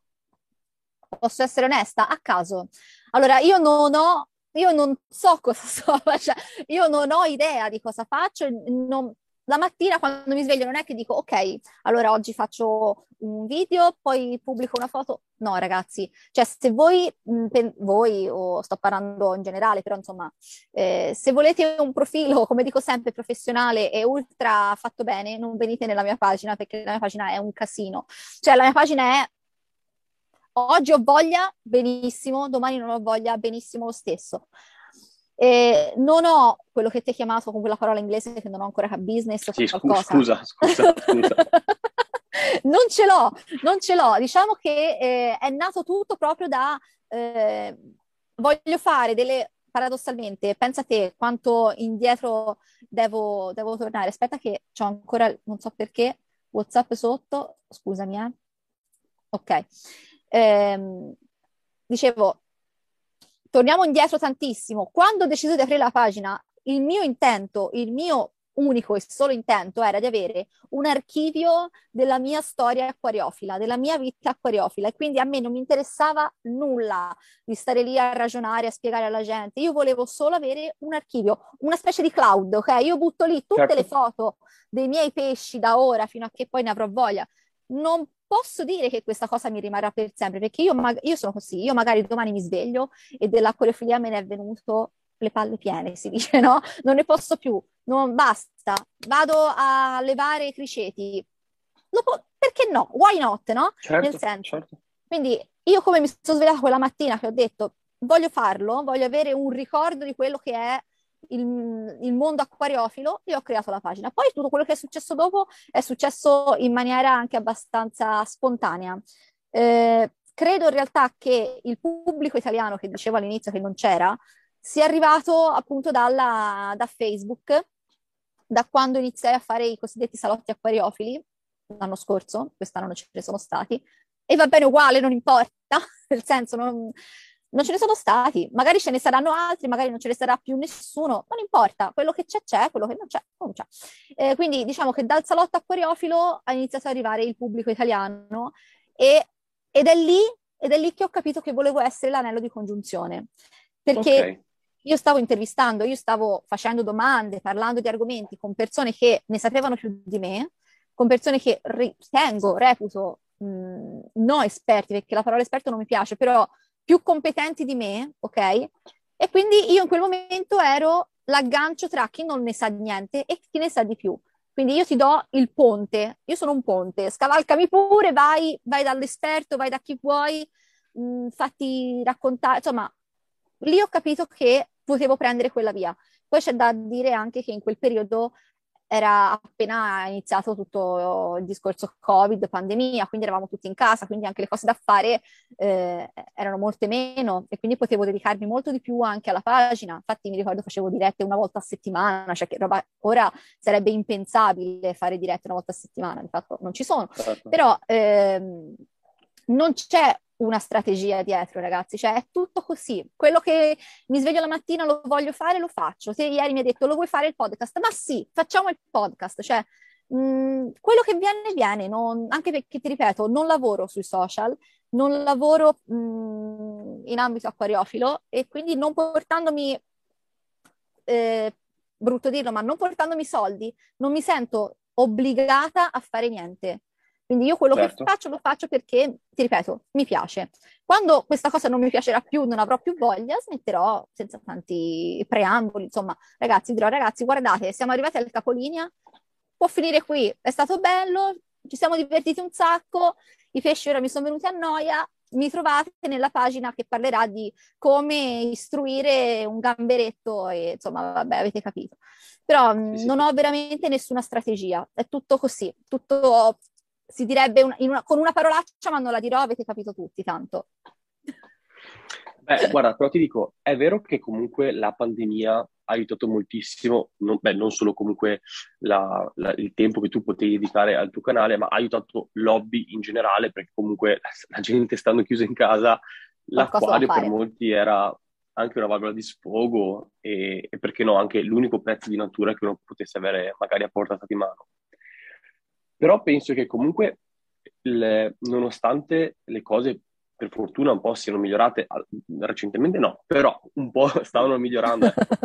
Posso essere onesta? A caso. Allora, io non ho, io non so cosa sto facendo, io non ho idea di cosa faccio. non- la mattina quando mi sveglio non è che dico, ok, allora oggi faccio un video, poi pubblico una foto. No, ragazzi, cioè se voi, mh, pe- voi o sto parlando in generale, però insomma, eh, se volete un profilo, come dico sempre, professionale e ultra fatto bene, non venite nella mia pagina perché la mia pagina è un casino. Cioè la mia pagina è oggi ho voglia, benissimo, domani non ho voglia, benissimo lo stesso. E non ho quello che ti hai chiamato con quella parola inglese che non ho ancora business o Sì, scu- qualcosa. scusa, scusa, scusa. Non ce l'ho, non ce l'ho. Diciamo che eh, è nato tutto proprio da eh, voglio fare delle paradossalmente, pensa te quanto indietro devo, devo tornare. Aspetta che c'ho ancora, non so perché, WhatsApp sotto, scusami, eh. Ok. Ehm, dicevo, torniamo indietro tantissimo. Quando ho deciso di aprire la pagina, il mio intento, il mio unico e solo intento era di avere un archivio della mia storia acquariofila, della mia vita acquariofila, e quindi a me non mi interessava nulla di stare lì a ragionare, a spiegare alla gente. Io volevo solo avere un archivio, una specie di cloud, ok? Io butto lì tutte Certo. le foto dei miei pesci da ora fino a che poi ne avrò voglia. Non posso dire che questa cosa mi rimarrà per sempre, perché io, mag- io sono così, io magari domani mi sveglio e dell'acquariofilia me ne è venuto le palle piene, si dice, no? Non ne posso più, non basta, vado a levare i criceti. Lo po- perché no? Why not, no? Nel Certo, senso. certo. Quindi io come mi sono svegliata quella mattina che ho detto voglio farlo, voglio avere un ricordo di quello che è il, il mondo acquariofilo, e ho creato la pagina. Poi tutto quello che è successo dopo è successo in maniera anche abbastanza spontanea. Eh, credo in realtà che il pubblico italiano, che dicevo all'inizio che non c'era, sia arrivato appunto dalla, da Facebook, da quando iniziai a fare i cosiddetti salotti acquariofili l'anno scorso, quest'anno non ce ne sono stati, e va bene uguale, non importa, nel senso non, non ce ne sono stati, magari ce ne saranno altri, magari non ce ne sarà più nessuno, non importa, quello che c'è c'è, quello che non c'è non c'è. Eh, quindi diciamo che dal salotto acquariofilo ha iniziato ad arrivare il pubblico italiano, e, ed è lì, ed è lì che ho capito che volevo essere l'anello di congiunzione, perché Ok, io stavo intervistando, io stavo facendo domande, parlando di argomenti con persone che ne sapevano più di me, con persone che ritengo, reputo, mh, non esperti, perché la parola esperto non mi piace, però più competenti di me, ok? E quindi io in quel momento ero l'aggancio tra chi non ne sa niente e chi ne sa di più. Quindi io ti do il ponte, io sono un ponte, scavalcami pure, vai, vai dall'esperto, vai da chi vuoi, mh, fatti raccontare, insomma, lì ho capito che potevo prendere quella via. Poi c'è da dire anche che in quel periodo era appena iniziato tutto il discorso Covid, pandemia, quindi eravamo tutti in casa, quindi anche le cose da fare eh, erano molte meno, e quindi potevo dedicarmi molto di più anche alla pagina. Infatti mi ricordo facevo dirette una volta a settimana, cioè che roba, ora sarebbe impensabile fare dirette una volta a settimana, di fatto non ci sono, certo. però ehm, non c'è una strategia dietro, ragazzi, cioè è tutto così. Quello che mi sveglio la mattina, lo voglio fare, lo faccio. Se ieri mi ha detto lo vuoi fare il podcast, ma sì, facciamo il podcast, cioè mh, quello che viene viene, non- anche perché ti ripeto, non lavoro sui social, non lavoro mh, in ambito acquariofilo, e quindi non portandomi, eh, brutto dirlo, ma non portandomi soldi, non mi sento obbligata a fare niente. Quindi io quello che Certo. faccio lo faccio perché, ti ripeto, mi piace. Quando questa cosa non mi piacerà più, non avrò più voglia, smetterò senza tanti preamboli. Insomma, ragazzi, dirò, ragazzi, guardate, siamo arrivati al capolinea, può finire qui, è stato bello, ci siamo divertiti un sacco, i pesci ora mi sono venuti a noia, mi trovate nella pagina che parlerà di come istruire un gamberetto e insomma, vabbè, avete capito. Però Sì, mh, sì. non ho veramente nessuna strategia, è tutto così, tutto si direbbe una- in una- con una parolaccia, ma non la dirò, avete capito tutti, tanto. Beh, guarda, però ti dico, è vero che comunque la pandemia ha aiutato moltissimo, non, beh, non solo comunque la- la- il tempo che tu potevi dedicare al tuo canale, ma ha aiutato l'hobby in generale, perché comunque la gente stando chiusa in casa, Qualcosa da l'acquario per fare. molti era anche una valvola di sfogo e, e perché no, anche l'unico pezzo di natura che uno potesse avere magari a portata di mano. Però penso che comunque, le- nonostante le cose per fortuna un po' siano migliorate, al- recentemente no, però un po' stavano migliorando, ecco.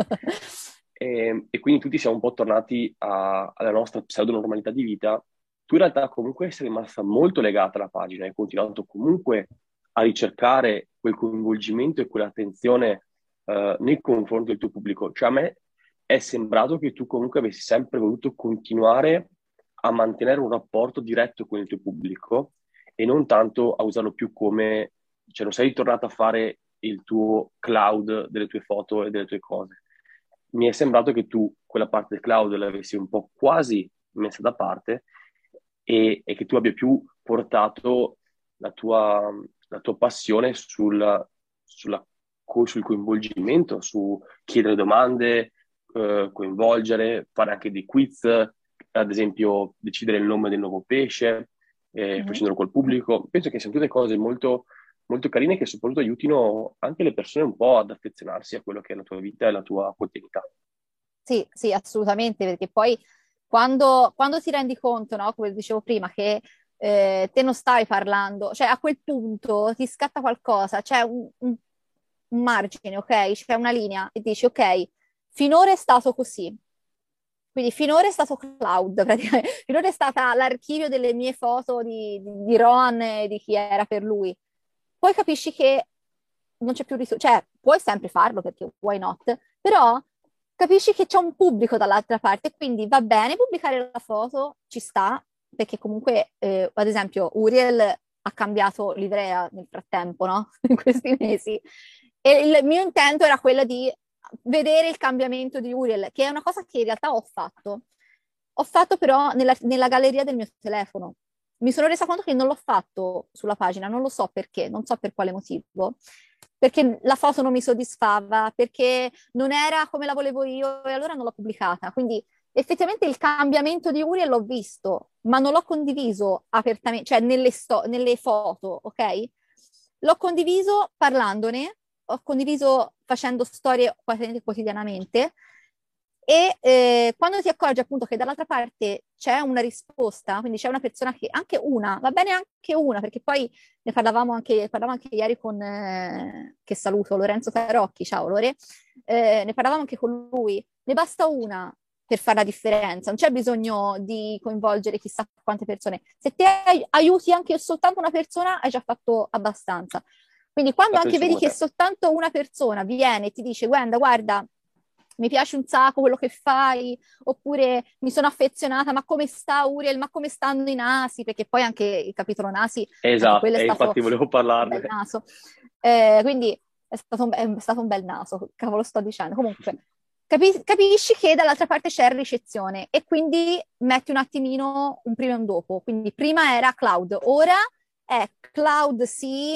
E, e quindi tutti siamo un po' tornati a- alla nostra pseudo-normalità di vita. Tu in realtà comunque sei rimasta molto legata alla pagina, hai continuato comunque a ricercare quel coinvolgimento e quell'attenzione eh, nei confronti del tuo pubblico. Cioè a me è sembrato che tu comunque avessi sempre voluto continuare a mantenere un rapporto diretto con il tuo pubblico e non tanto a usarlo più come, cioè non sei ritornato a fare il tuo cloud delle tue foto e delle tue cose. Mi è sembrato che tu quella parte del cloud l'avessi un po' quasi messa da parte e, e che tu abbia più portato la tua, la tua passione sul, sulla, co- sul coinvolgimento, su chiedere domande, eh, coinvolgere, fare anche dei quiz, ad esempio decidere il nome del nuovo pesce, eh, Mhm. facendolo col pubblico. Penso che siano tutte cose molto, molto carine che soprattutto aiutino anche le persone un po' ad affezionarsi a quello che è la tua vita e la tua quotidianità. Sì, sì, assolutamente, perché poi quando, quando ti rendi conto, no, come dicevo prima, che eh, te non stai parlando, cioè a quel punto ti scatta qualcosa, c'è un, un- un margine, ok? C'è una linea e dici, ok, finora è stato così, quindi finora è stato cloud, praticamente, finora è stata l'archivio delle mie foto di, di, di Rohan e di chi era per lui. Poi capisci che non c'è più risorse, cioè puoi sempre farlo perché why not, però capisci che c'è un pubblico dall'altra parte, quindi va bene pubblicare la foto, ci sta, perché comunque, eh, ad esempio, Uriel ha cambiato livrea nel frattempo, no? In questi mesi. E il mio intento era quello di vedere il cambiamento di Uriel, che è una cosa che in realtà ho fatto. Ho fatto però nella, nella galleria del mio telefono. Mi sono resa conto che non l'ho fatto sulla pagina, non lo so perché, non so per quale motivo, perché la foto non mi soddisfava, perché non era come la volevo io e allora non l'ho pubblicata. Quindi effettivamente il cambiamento di Uriel l'ho visto, ma non l'ho condiviso apertamente, cioè nelle, sto- nelle foto, ok? L'ho condiviso parlandone, ho condiviso facendo storie quasi quotidianamente e eh, quando ti accorgi appunto che dall'altra parte c'è una risposta, quindi c'è una persona che, anche una, va bene anche una, perché poi ne parlavamo anche, parlavamo anche ieri con, eh, che saluto, Lorenzo Tarocchi, ciao Lore, eh, ne parlavamo anche con lui, ne basta una per fare la differenza, non c'è bisogno di coinvolgere chissà quante persone, se te ai- aiuti anche soltanto una persona hai già fatto abbastanza. Quindi quando La anche penso vedi come che te. soltanto una persona viene e ti dice guarda, guarda, mi piace un sacco quello che fai, oppure mi sono affezionata, ma come sta Uriel, ma come stanno i nasi, perché poi anche il capitolo nasi, anche Esatto, quello è e stato infatti volevo un bel parlarne. naso. Eh, quindi è stato, un, è stato un bel naso, cavolo sto dicendo. Comunque, capi- capisci che dall'altra parte c'è ricezione e quindi metti un attimino un prima e un dopo. Quindi prima era cloud, ora è cloud sì,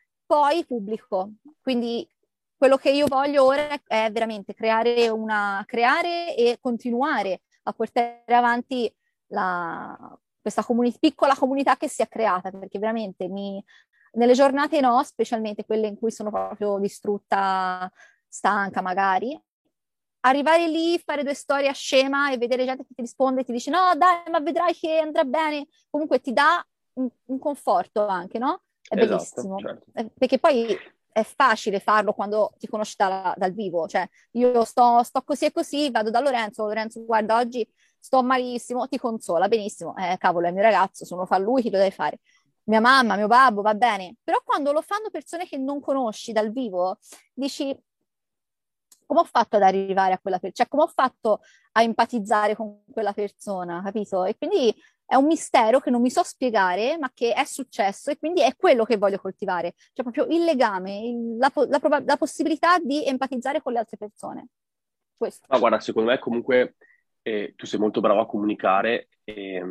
poi pubblico. Quindi quello che io voglio ora è veramente creare una, creare e continuare a portare avanti la, questa comuni- piccola comunità che si è creata, perché veramente mi, nelle giornate no, specialmente quelle in cui sono proprio distrutta, stanca magari, arrivare lì, fare due storie a scema e vedere gente che ti risponde e ti dice no dai, ma vedrai che andrà bene, comunque ti dà un, un conforto anche, no? È Esatto, bellissimo. certo. Eh, perché poi è facile farlo quando ti conosci da- dal vivo, cioè io sto, sto così e così, vado da Lorenzo, Lorenzo guarda oggi sto malissimo, ti consola, benissimo, eh, cavolo è il mio ragazzo, se non lo fa lui chi lo deve fare? Mia mamma, mio babbo, va bene, però quando lo fanno persone che non conosci dal vivo, dici come ho fatto ad arrivare a quella persona, cioè come ho fatto a empatizzare con quella persona, capito? E quindi è un mistero che non mi so spiegare, ma che è successo e quindi è quello che voglio coltivare, cioè proprio il legame, il- la, po- la proba- la possibilità di empatizzare con le altre persone. Questo. Ma guarda, secondo me comunque eh, tu sei molto bravo a comunicare e,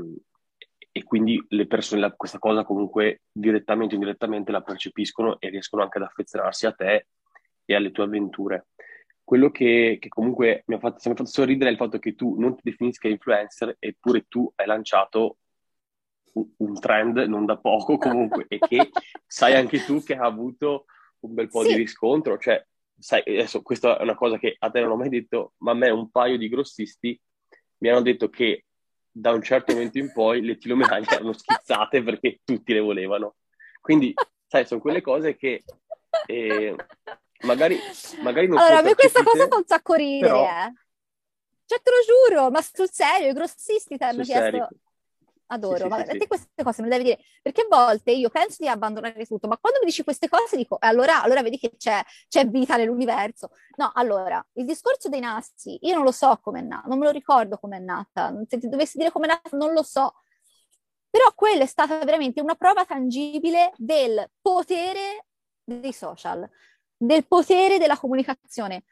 e quindi le persone la- questa cosa comunque direttamente o indirettamente la percepiscono e riescono anche ad affezionarsi a te e alle tue avventure. Quello che, che comunque mi ha fatto, sempre fatto sorridere è il fatto che tu non ti definisca influencer, eppure tu hai lanciato un, un trend non da poco comunque e che sai anche tu che ha avuto un bel po' di Sì, riscontro. Cioè, sai, adesso questa è una cosa che a te non ho mai detto, ma a me un paio di grossisti mi hanno detto che da un certo momento in poi le telomedaglie erano schizzate perché tutti le volevano. Quindi, sai, sono quelle cose che eh, magari, magari non allora sono a me questa cosa fa percepite, un sacco ridere, però eh. Cioè, te lo giuro, ma sul serio, i grossisti ti sul hanno serio. chiesto, Sì, adoro, sì, ma sì, a te sì. queste cose me le devi dire, perché a volte io penso di abbandonare tutto, ma quando mi dici queste cose dico, "Eh, allora, allora vedi che c'è, c'è vita nell'universo. No, allora, il discorso dei nastri, io non lo so com'è nata, non me lo ricordo com'è nata, se ti dovessi dire com'è nata non lo so, però quella è stata veramente una prova tangibile del potere dei social, del potere della comunicazione.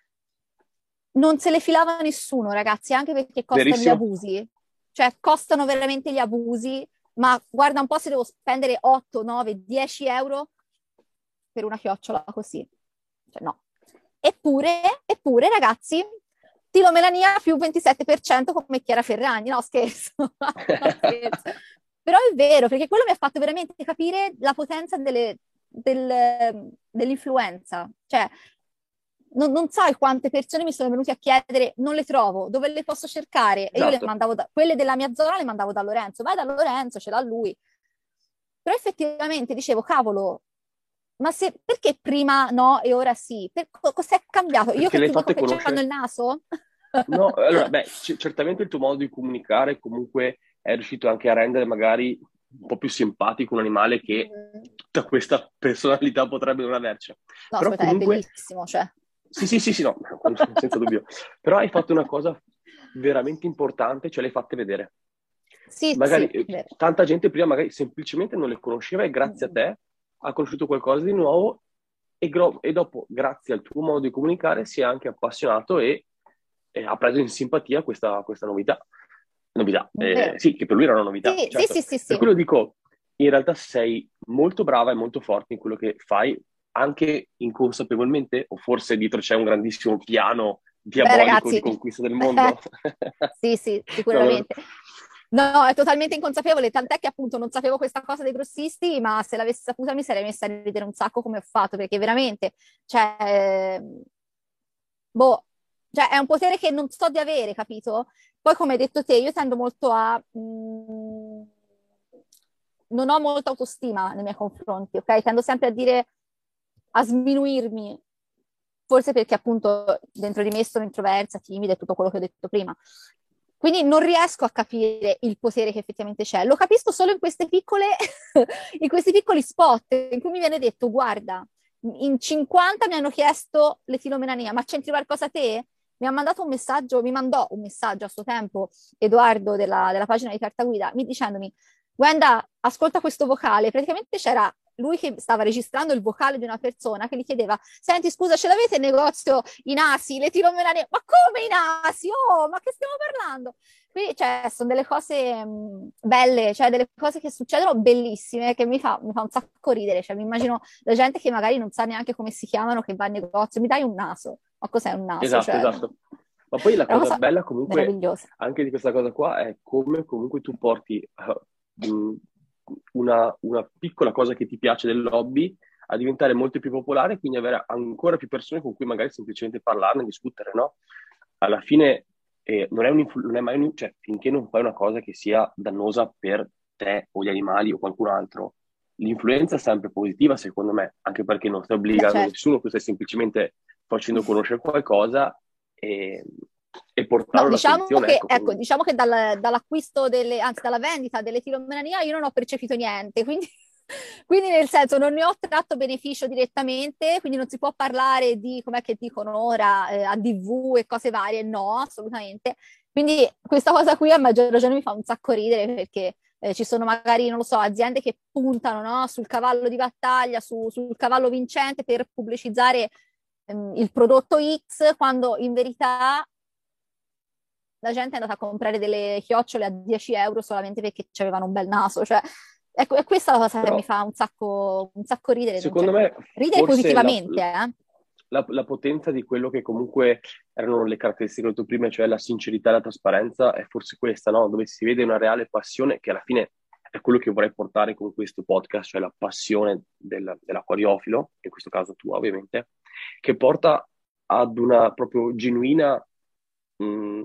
Non se le filava nessuno, ragazzi, anche perché costano gli Verissimo? abusi. Cioè, costano veramente gli abusi, ma guarda un po' se devo spendere otto, nove, dieci euro per una chiocciola così. Cioè, no. Eppure, eppure, ragazzi, Tilo Melania più ventisette per cento come Chiara Ferragni. No, scherzo. No, scherzo. Però è vero, perché quello mi ha fatto veramente capire la potenza delle, del- dell'influenza. Cioè, non, non sai quante persone mi sono venute a chiedere, non le trovo, dove le posso cercare? E io le Esatto. mandavo da, quelle della mia zona le mandavo da Lorenzo, vai da Lorenzo, ce l'ha lui. Però effettivamente dicevo, cavolo, ma se, perché prima no e ora sì? Per, co- cos'è cambiato? Io Perché che le hai ti dico fatte che c'hanno conoscere? il naso? No, allora, beh, c- certamente il tuo modo di comunicare comunque è riuscito anche a rendere magari un po' più simpatico un animale che Mhm. tutta questa personalità potrebbe non avercela. No, Però aspetta, è comunque, bellissimo, cioè. sì, sì, sì, sì, no, senza dubbio. Però hai fatto una cosa veramente importante, ce l'hai fatte vedere. Sì, Magari sì, eh, vero. tanta gente prima magari semplicemente non le conosceva e grazie a Mm. te ha conosciuto qualcosa di nuovo e, gro- e dopo, grazie al tuo modo di comunicare, si è anche appassionato e, e ha preso in simpatia questa, questa novità. Novità, eh, Vero. sì, che per lui era una novità, Sì, sì, certo. sì, sì, Per sì. quello dico, in realtà sei molto brava e molto forte in quello che fai, anche inconsapevolmente, o forse dietro c'è un grandissimo piano Beh, diabolico di ragazzi, conquista del mondo. sì, sì, No, no, no. sicuramente. No, è totalmente inconsapevole, tant'è che appunto non sapevo questa cosa dei grossisti, ma se l'avessi saputa mi sarei messa a ridere un sacco come ho fatto, perché veramente, cioè, ehm, boh, cioè è un potere che non so di avere, capito? Poi come hai detto te, io tendo molto a... mh, non ho molta autostima nei miei confronti, ok? Tendo sempre a dire, a sminuirmi, forse perché appunto dentro di me sono introversa, timida e tutto quello che ho detto prima. Quindi non riesco a capire il potere che effettivamente c'è. Lo capisco solo in queste piccole, in questi piccoli spot in cui mi viene detto, guarda, in cinquanta mi hanno chiesto l'etilomenania, ma c'entri qualcosa te? Mi ha mandato un messaggio, mi mandò un messaggio a suo tempo Edoardo della, della pagina di Carta Guida, mi dicendomi, Gwenda, ascolta questo vocale. Praticamente c'era lui che stava registrando il vocale di una persona che gli chiedeva, senti scusa, ce l'avete in negozio i nasi, le tiromenanie? Ma come i nasi? Oh, ma che stiamo parlando? Qui, cioè, sono delle cose mh, belle, cioè delle cose che succedono bellissime, che mi fa, mi fa un sacco ridere. Cioè, mi immagino la gente che magari non sa neanche come si chiamano, che va in negozio, mi dai un naso? Ma cos'è un naso? Esatto, Cioè, esatto. Ma poi la è una cosa cosa bella comunque meravigliosa. anche di questa cosa qua è come comunque tu porti eh, mh, una, una piccola cosa che ti piace dell'hobby a diventare molto più popolare, quindi avere ancora più persone con cui magari semplicemente parlarne, discutere, no? Alla fine eh, non è, un influ- non è mai un, cioè, finché non fai una cosa che sia dannosa per te o gli animali o qualcun altro, l'influenza è sempre positiva, secondo me, anche perché non stai Beh, obbligando certo. nessuno, tu stai semplicemente facendo conoscere qualcosa e, e No, portarlo diciamo all'attenzione, che, ecco. ecco, Quindi, diciamo che dal- dall'acquisto delle, anzi dalla vendita dell'etilomania io non ho percepito niente, quindi, quindi nel senso non ne ho tratto beneficio direttamente, quindi non si può parlare di, com'è che dicono ora, eh, A D V e cose varie, no, assolutamente. Quindi questa cosa qui a maggior ragione mi fa un sacco ridere perché eh, ci sono magari, non lo so, aziende che puntano, no, sul cavallo di battaglia, su- sul cavallo vincente per pubblicizzare ehm, il prodotto X, quando in verità la gente è andata a comprare delle chiocciole a dieci euro solamente perché avevano un bel naso. Cioè, ecco, è questa la cosa che mi però fa un sacco, un sacco ridere. Non secondo c'è- me ridere forse la, positivamente, eh? la- la potenza di quello che comunque erano le caratteristiche che ho detto prima, cioè la sincerità e la trasparenza, è forse questa, no? Dove si vede una reale passione che alla fine è quello che vorrei portare con questo podcast, cioè la passione del- dell'acquariofilo, in questo caso tua ovviamente, che porta ad una proprio genuina mh,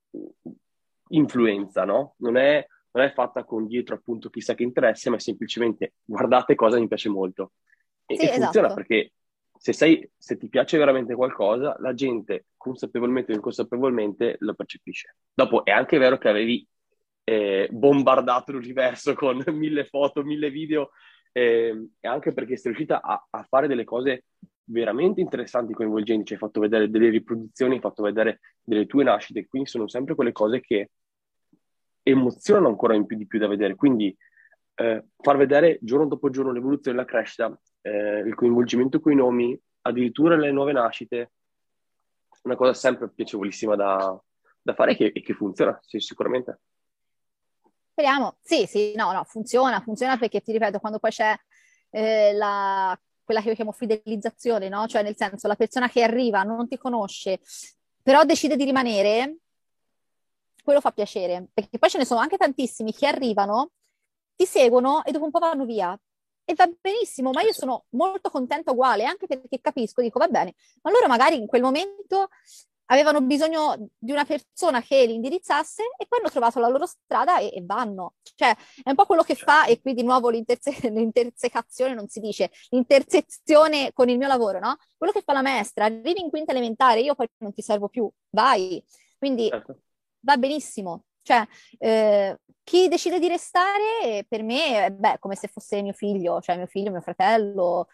influenza, no? Non è, non è fatta con dietro appunto chissà che interesse, ma è semplicemente guardate cosa mi piace molto. E, Sì, e funziona esatto. perché se, sei, se ti piace veramente qualcosa, la gente consapevolmente o inconsapevolmente lo percepisce. Dopo è anche vero che avevi eh, bombardato l'universo con mille foto, mille video, eh, e anche perché sei riuscita a, a fare delle cose veramente interessanti, coinvolgenti, ci hai fatto vedere delle riproduzioni, hai fatto vedere delle tue nascite, quindi sono sempre quelle cose che emozionano ancora in più di più da vedere. Quindi eh, far vedere giorno dopo giorno l'evoluzione, la crescita, eh, il coinvolgimento con i nomi, addirittura le nuove nascite, una cosa sempre piacevolissima da, da fare e che, e che funziona, sì, sicuramente. Speriamo. Sì, sì, no, no, funziona, funziona perché ti ripeto, quando poi c'è eh, la, quella che io chiamo fidelizzazione, no? Cioè nel senso la persona che arriva non ti conosce, però decide di rimanere, quello fa piacere, perché poi ce ne sono anche tantissimi che arrivano, ti seguono e dopo un po' vanno via. e va benissimo, ma io sono molto contenta uguale, anche perché capisco, dico va bene, ma loro magari in quel momento avevano bisogno di una persona che li indirizzasse e poi hanno trovato la loro strada e, e vanno. Cioè, è un po' quello che fa, e qui di nuovo l'interse- l'intersecazione, non si dice, l'intersezione con il mio lavoro, no? Quello che fa la maestra, arrivi in quinta elementare, io poi non ti servo più, vai. Quindi Certo. va benissimo. Cioè, eh, chi decide di restare, per me, è beh, come se fosse mio figlio, cioè mio figlio, mio fratello,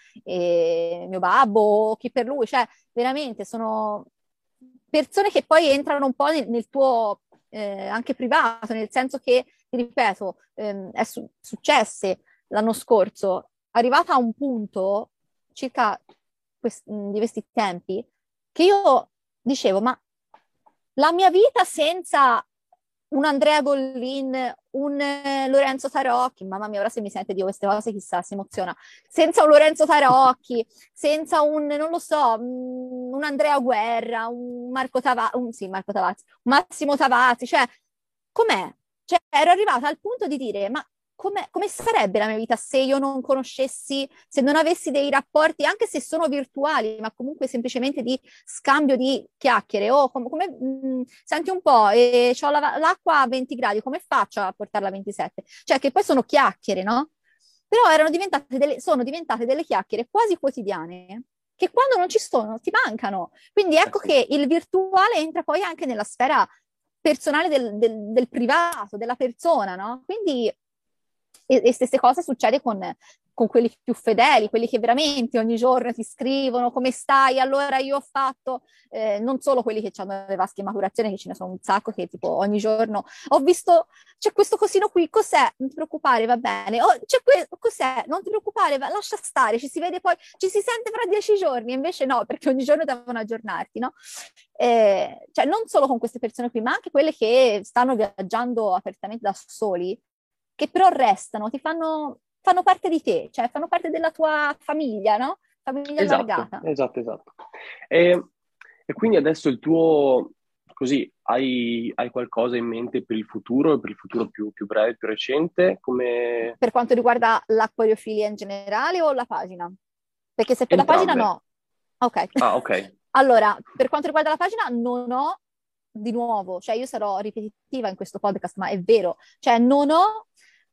e mio babbo, chi per lui, cioè, veramente sono persone che poi entrano un po' nel, nel tuo eh, anche privato, nel senso che, ti ripeto, ehm, è su- successe l'anno scorso, arrivata a un punto, circa quest- di questi tempi, che io dicevo, ma la mia vita senza un Andrea Gollin, un eh, Lorenzo Tarocchi, mamma mia, ora se mi sente di queste cose chissà, si emoziona, senza un Lorenzo Tarocchi, senza un, non lo so, mm, un Andrea Guerra, un Marco Tavazzi, un, sì, Marco Tavazzi, un Massimo Tavazzi, cioè, com'è? Cioè, ero arrivata al punto di dire, ma come, come sarebbe la mia vita se io non conoscessi, se non avessi dei rapporti, anche se sono virtuali, ma comunque semplicemente di scambio di chiacchiere, o com- come, mh, senti un po', e c'ho la- l'acqua a venti gradi, come faccio a portarla a ventisette? Cioè, che poi sono chiacchiere, no? Però erano diventate delle, sono diventate delle chiacchiere quasi quotidiane, che quando non ci sono ti mancano. Quindi Eh ecco sì. che il virtuale entra poi anche nella sfera personale del, del- del privato, della persona, no? Quindi, e, e stesse cose succede con, con quelli più fedeli, quelli che veramente ogni giorno ti scrivono come stai, allora io ho fatto, eh, non solo quelli che hanno le vasche maturazioni, che ce ne sono un sacco, che tipo ogni giorno ho visto, c'è questo cosino qui, cos'è? Non ti preoccupare, va bene. Oh, c'è que- cos'è? Non ti preoccupare, va- lascia stare, ci si vede poi, ci si sente fra dieci giorni, invece no, perché ogni giorno devono aggiornarti, no? Eh, cioè non solo con queste persone qui, ma anche quelle che stanno viaggiando apertamente da soli, che però restano, ti fanno, fanno parte di te, cioè fanno parte della tua famiglia, no? Famiglia Esatto, allargata. esatto, esatto. E, e quindi adesso il tuo, così, hai, hai qualcosa in mente per il futuro, per il futuro più, più breve, più recente? Come Per quanto riguarda l'acquariofilia in generale o la pagina? Perché se per la pagina entrambe? no. Ok. Ah, ok. Allora, per quanto riguarda la pagina, non ho di nuovo, cioè io sarò ripetitiva in questo podcast, ma è vero, cioè non ho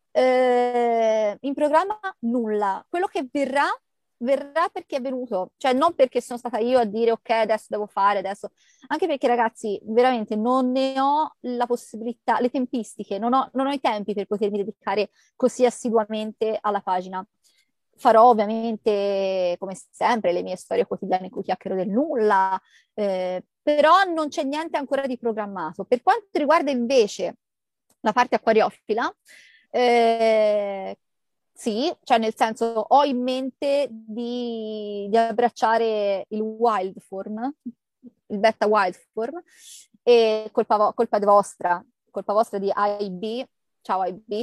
eh, in programma nulla. Quello che verrà, verrà perché è venuto, cioè non perché sono stata io a dire ok, adesso devo fare, adesso, anche perché ragazzi, veramente non ne ho la possibilità, le tempistiche, non ho, non ho i tempi per potermi dedicare così assiduamente alla pagina. Farò ovviamente, come sempre, le mie storie quotidiane in cui chiacchiero del nulla, eh, però non c'è niente ancora di programmato. Per quanto riguarda invece la parte acquariofila, eh, sì, cioè nel senso ho in mente di, di abbracciare il wild form, il beta wild form, e colpa, vo- colpa vostra, colpa vostra di I B, ciao I B,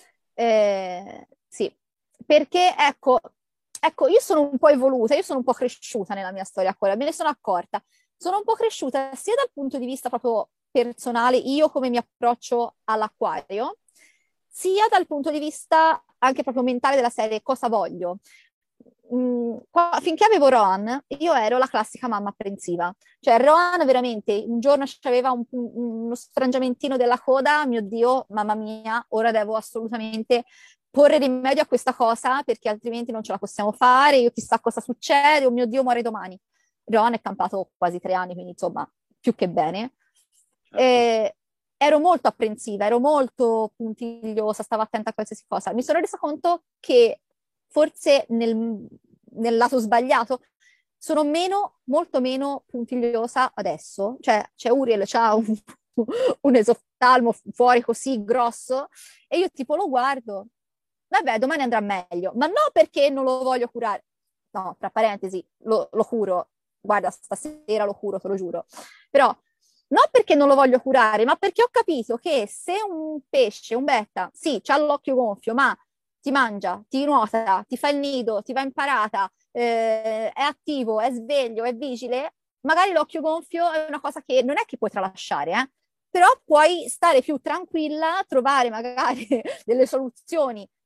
eh, sì, perché ecco, ecco, io sono un po' evoluta, io sono un po' cresciuta nella mia storia acquario, me ne sono accorta. Sono un po' cresciuta sia dal punto di vista proprio personale, io come mi approccio all'acquario, sia dal punto di vista anche proprio mentale della serie cosa voglio. Mm, qua- finché avevo Rohan, io ero la classica mamma apprensiva. Cioè, Rohan veramente un giorno aveva un, un- uno sfrangiamentino della coda, mio Dio, mamma mia, ora devo assolutamente porre rimedio a questa cosa perché altrimenti non ce la possiamo fare, io chissà cosa succede, oh mio Dio, muore domani. Rohan è campato quasi tre anni, quindi insomma, più che bene. Certo. E ero molto apprensiva, ero molto puntigliosa, stavo attenta a qualsiasi cosa. Mi sono resa conto che forse nel, nel lato sbagliato sono meno, molto meno puntigliosa adesso. Cioè, c'è Uriel, c'ha un, un esoftalmo fuori così grosso e io tipo lo guardo, vabbè, domani andrà meglio, ma no perché non lo voglio curare. No, tra parentesi, lo, lo curo. Guarda, stasera lo curo, te lo giuro. Però non perché non lo voglio curare, ma perché ho capito che se un pesce, un betta, sì, c'ha l'occhio gonfio, ma ti mangia, ti nuota, ti fa il nido, ti va in parata, eh, è attivo, è sveglio, è vigile, magari l'occhio gonfio è una cosa che non è che puoi tralasciare, eh? Però puoi stare più tranquilla, trovare magari delle soluzioni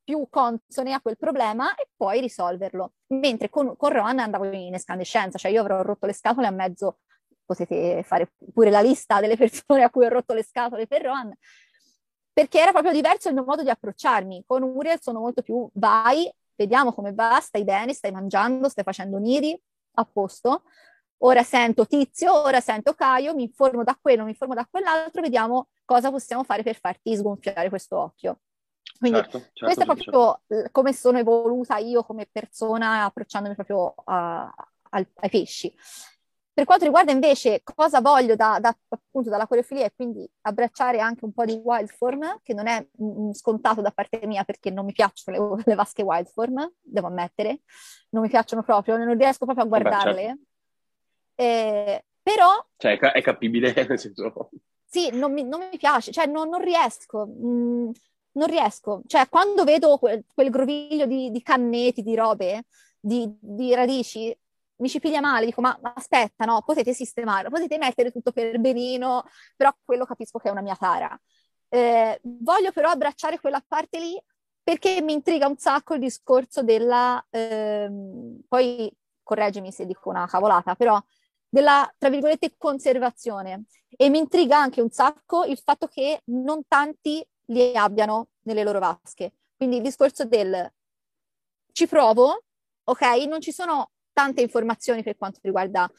più consone a quel problema e poi risolverlo. Mentre con, con Ron andavo in escandescenza, cioè io avrò rotto le scatole a mezzo, potete fare pure la lista delle persone a cui ho rotto le scatole per Ron, perché era proprio diverso il mio modo di approcciarmi. Con Uriel sono molto più vai, vediamo come va, stai bene, stai mangiando, stai facendo nidi, a posto. Ora sento Tizio, ora sento Caio, mi informo da quello, mi informo da quell'altro, vediamo cosa possiamo fare per farti sgonfiare questo occhio. Quindi certo, certo, questo è certo, proprio certo. come sono evoluta io come persona approcciandomi proprio a, a, ai pesci. Per quanto riguarda invece cosa voglio da, da, appunto dalla coreofilia e quindi abbracciare anche un po' di wildform, che non è mm, scontato da parte mia perché non mi piacciono le, le vasche wildform, devo ammettere, non mi piacciono proprio, non riesco proprio a guardarle. Beh, certo. eh, però... Cioè, è, è capibile, nel senso... Sì, non mi, non mi piace, cioè non, non riesco, mh, non riesco. Cioè quando vedo quel, quel groviglio di, di canneti, di robe, di, di radici, mi ci piglia male, dico ma, ma aspetta, no, potete sistemarlo, potete mettere tutto per benino, però quello capisco che è una mia tara. Eh, voglio però abbracciare quella parte lì perché mi intriga un sacco il discorso della, ehm, poi correggimi se dico una cavolata, però della, tra virgolette, conservazione. E mi intriga anche un sacco il fatto che non tanti li abbiano nelle loro vasche. Quindi il discorso del ci provo, ok? Non ci sono tante informazioni per quanto riguarda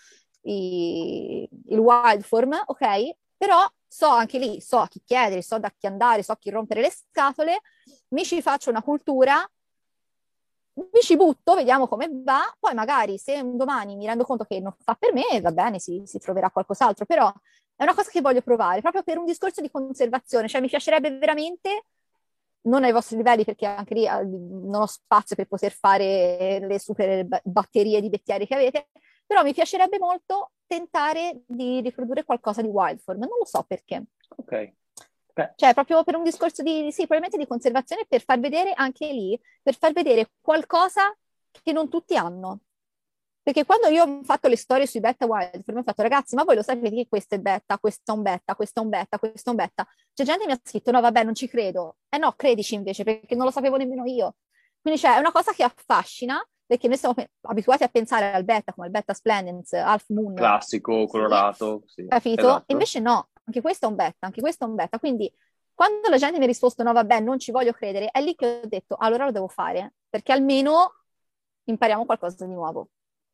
i, il wild form, ok? Però so anche lì, so a chi chiedere, so da chi andare, so a chi rompere le scatole, mi ci faccio una cultura, mi ci butto, vediamo come va, poi magari se un domani mi rendo conto che non fa per me, va bene, si, si troverà qualcos'altro, però è una cosa che voglio provare, proprio per un discorso di conservazione, cioè mi piacerebbe veramente, non ai vostri livelli perché anche lì eh, non ho spazio per poter fare le super batterie di bettieri che avete, però mi piacerebbe molto tentare di riprodurre qualcosa di wildform, non lo so perché. Ok. Beh. Cioè, proprio per un discorso di, sì, probabilmente di conservazione, per far vedere anche lì, per far vedere qualcosa che non tutti hanno. Perché quando io ho fatto le storie sui beta wildform, ho fatto, ragazzi, ma voi lo sapete che questo è beta, questo è un beta, questo è un beta, questo è un beta. C'è gente che mi ha scritto, no, vabbè, non ci credo. Eh no, credici invece, perché non lo sapevo nemmeno io. Quindi, cioè, è una cosa che affascina, perché noi siamo abituati a pensare al beta, come al beta splendens, Half Moon. Classico, colorato. Sì, capito? esatto. Invece no, anche questo è un beta, anche questo è un beta. Quindi quando la gente mi ha risposto no, vabbè, non ci voglio credere, è lì che ho detto allora lo devo fare, perché almeno impariamo qualcosa di nuovo.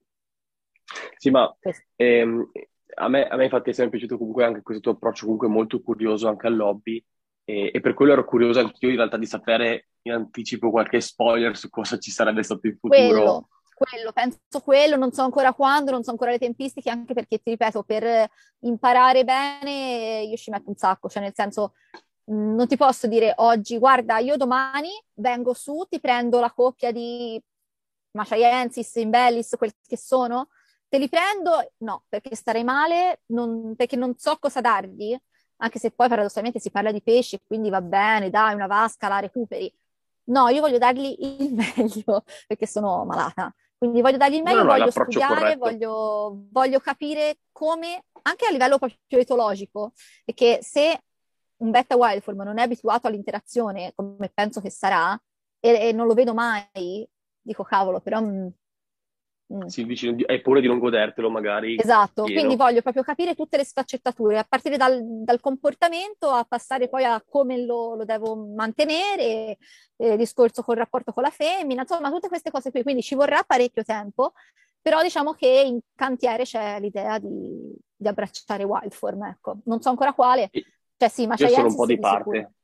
Sì, ma ehm, a me, a me infatti è sempre piaciuto comunque anche questo tuo approccio comunque molto curioso anche al hobby e, e per quello ero curioso anch'io in realtà di sapere in anticipo qualche spoiler su cosa ci sarebbe stato in futuro. Quello, quello, penso quello, non so ancora quando, non so ancora le tempistiche, anche perché ti ripeto, per imparare bene io ci metto un sacco, cioè nel senso mh, non ti posso dire oggi, guarda, io domani vengo su, ti prendo la coppia di Maciaiensis, Imbellis, quel che sono, te li prendo? No, perché starei male, non, perché non so cosa dargli, anche se poi paradossalmente si parla di pesci, quindi va bene, dai, una vasca, la recuperi. No, io voglio dargli il meglio, perché sono malata. Quindi voglio dargli il No, meglio, no, è voglio l'approccio studiare, corretto. voglio, voglio capire come, anche a livello proprio etologico, perché se un beta wildform non è abituato all'interazione, come penso che sarà, e, e non lo vedo mai, dico cavolo, però... mm, mm. Sì, vicino di- hai paura di non godertelo magari Esatto, pieno. quindi voglio proprio capire tutte le sfaccettature, a partire dal, dal comportamento a passare poi a come lo, lo devo mantenere, eh, discorso col rapporto con la femmina, insomma tutte queste cose qui, quindi ci vorrà parecchio tempo, però diciamo che in cantiere c'è l'idea di, di abbracciare Wildform, ecco, non so ancora quale, E cioè sì, io sono un Maciaiensis po' di di sicuro. parte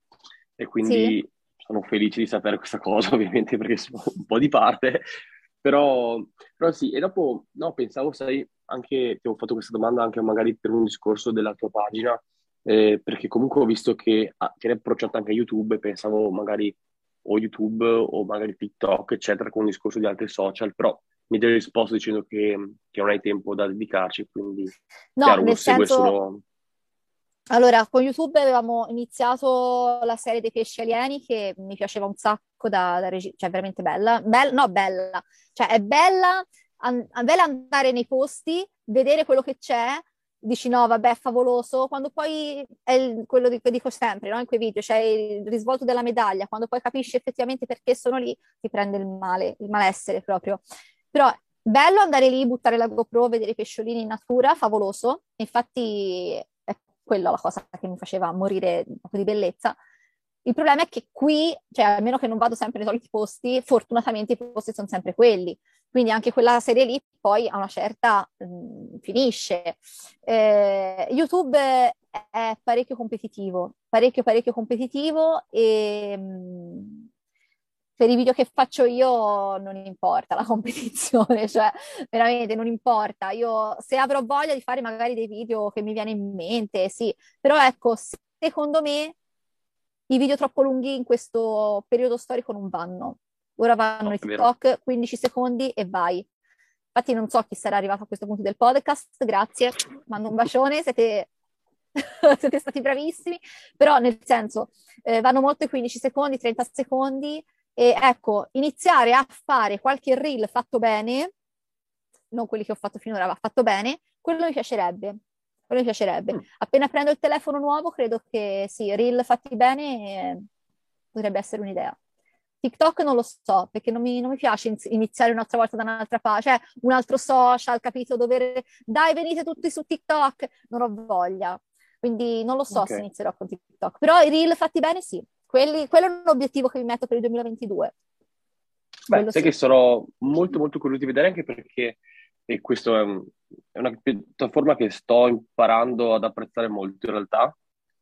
e Sì? quindi sono felice di sapere questa cosa, ovviamente, perché sono un po' di parte. Però, però sì, e dopo, no, pensavo, sai, anche, ti ho fatto questa domanda anche magari per un discorso della tua pagina, eh, perché comunque ho visto che ah, ti eri approcciato anche a YouTube e pensavo magari o YouTube o magari TikTok, eccetera, con un discorso di altri social, però mi hai risposto dicendo che, che non hai tempo da dedicarci, quindi No, chiaro, uno nel segue senso... solo... Allora, con YouTube avevamo iniziato la serie dei pesci alieni che mi piaceva un sacco da, da regi- cioè veramente bella. Bella, no, bella, cioè è bella, an- bella andare nei posti, vedere quello che c'è, dici no, vabbè, è favoloso, quando poi è il- quello di- che dico sempre, no? In quei video c'è il risvolto della medaglia, quando poi capisci effettivamente perché sono lì, ti prende il male, il malessere proprio. Però bello andare lì, buttare la GoPro, vedere i pesciolini in natura, favoloso. Infatti è quella la cosa che mi faceva morire un po' di bellezza. Il problema è che qui, cioè almeno che non vado sempre nei soliti posti, fortunatamente i posti sono sempre quelli. Quindi anche quella serie lì poi a una certa mh, finisce. Eh, YouTube è, è parecchio competitivo, parecchio parecchio competitivo e mh, per i video che faccio io non importa la competizione, cioè veramente non importa. Io se avrò voglia di fare magari dei video che mi viene in mente, sì, però ecco, secondo me i video troppo lunghi in questo periodo storico non vanno. Ora vanno No, i è vero. TikTok, quindici secondi e vai. Infatti non so chi sarà arrivato a questo punto del podcast, grazie, mando un bacione, siete, siete stati bravissimi, però nel senso eh, vanno molto i quindici secondi, trenta secondi e ecco, iniziare a fare qualche reel fatto bene, non quelli che ho fatto finora, ma fatto bene, quello mi piacerebbe. Quello mi piacerebbe. Mm. Appena prendo il telefono nuovo, credo che sì, reel fatti bene eh, potrebbe essere un'idea. TikTok non lo so, perché non mi, non mi piace iniz- iniziare un'altra volta da un'altra parte, cioè un altro social, capito? Dover, dai, venite tutti su TikTok, non ho voglia. Quindi non lo so Ok. se inizierò con TikTok. Però i reel fatti bene, sì. Quelli, quello è un obiettivo che mi metto per il duemilaventidue. Beh, Quello sai sì. che sarò molto molto curioso di vedere anche perché e questo è, un- è una piattaforma che sto imparando ad apprezzare molto in realtà,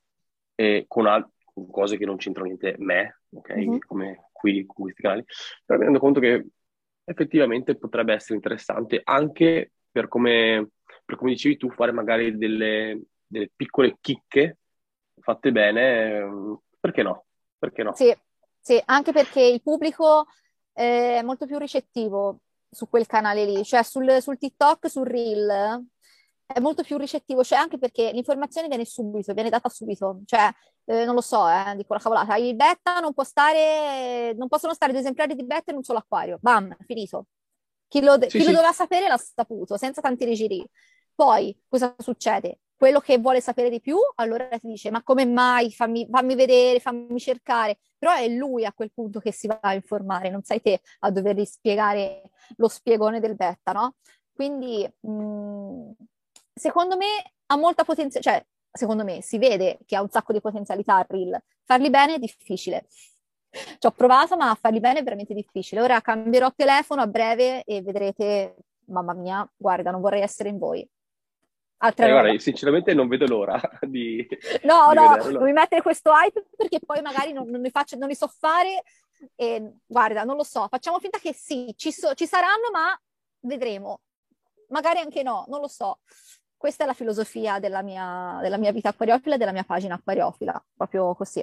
e con, al- con cose che non c'entrano niente me, ok? Mhm. Come qui con questi canali, però mi rendo conto che effettivamente potrebbe essere interessante anche per come, per come dicevi tu, fare magari delle, delle piccole chicche fatte bene, ehm, perché no? Perché no? Sì, sì, anche perché il pubblico eh, è molto più ricettivo su quel canale lì, cioè sul, sul TikTok, sul Reel, è molto più ricettivo, cioè anche perché l'informazione viene subito, viene data subito, cioè eh, non lo so, eh, dico la cavolata, il betta non può stare, non possono stare due esemplari di betta in un solo acquario, bam, finito. Chi lo, Sì, chi lo sì, doveva sapere l'ha saputo, senza tanti rigiri. Poi cosa succede? Quello che vuole sapere di più, allora ti dice: Ma come mai? Fammi, fammi vedere, fammi cercare. Però è lui a quel punto che si va a informare, non sei te a dovergli spiegare lo spiegone del betta, no? Quindi, mh, secondo me ha molta potenzialità, cioè, secondo me si vede che ha un sacco di potenzialità il Reel. Farli bene è difficile. Ci ho provato, ma a farli bene è veramente difficile. Ora cambierò telefono a breve e vedrete, mamma mia, guarda, non vorrei essere in voi. Altra eh, guarda, roba. io sinceramente non vedo l'ora di, No, di no, non vederlo. mi mettere questo hype perché poi magari non, non ne faccio, non li so fare. E, guarda, non lo so, facciamo finta che sì, ci, so- ci saranno, ma vedremo. Magari anche no, non lo so. Questa è la filosofia della mia, della mia vita acquariofila e della mia pagina acquariofila, proprio così.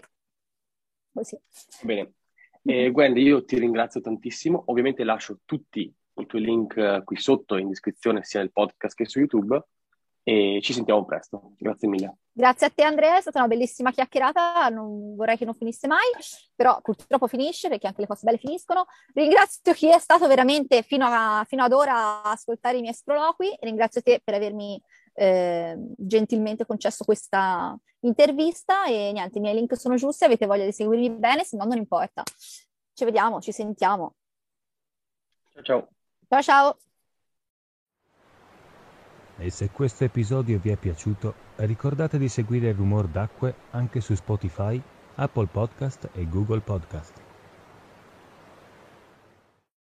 Così. Bene. Mm-mm. Eh, Gwen, io ti ringrazio tantissimo. Ovviamente lascio tutti i tuoi link eh, qui sotto in descrizione, sia nel podcast che su YouTube, e ci sentiamo presto. Grazie mille. Grazie a te Andrea, è stata una bellissima chiacchierata, non vorrei che non finisse mai, però purtroppo finisce perché anche le cose belle finiscono. Ringrazio chi è stato veramente fino, a, fino ad ora a ascoltare i miei sproloqui e ringrazio te per avermi eh, gentilmente concesso questa intervista e niente, i miei link sono giusti, avete voglia di seguirmi bene, se no non importa. Ci vediamo, ci sentiamo. Ciao ciao. Ciao ciao! E se questo episodio vi è piaciuto, ricordate di seguire Rumor d'Acque anche su Spotify, Apple Podcast e Google Podcast.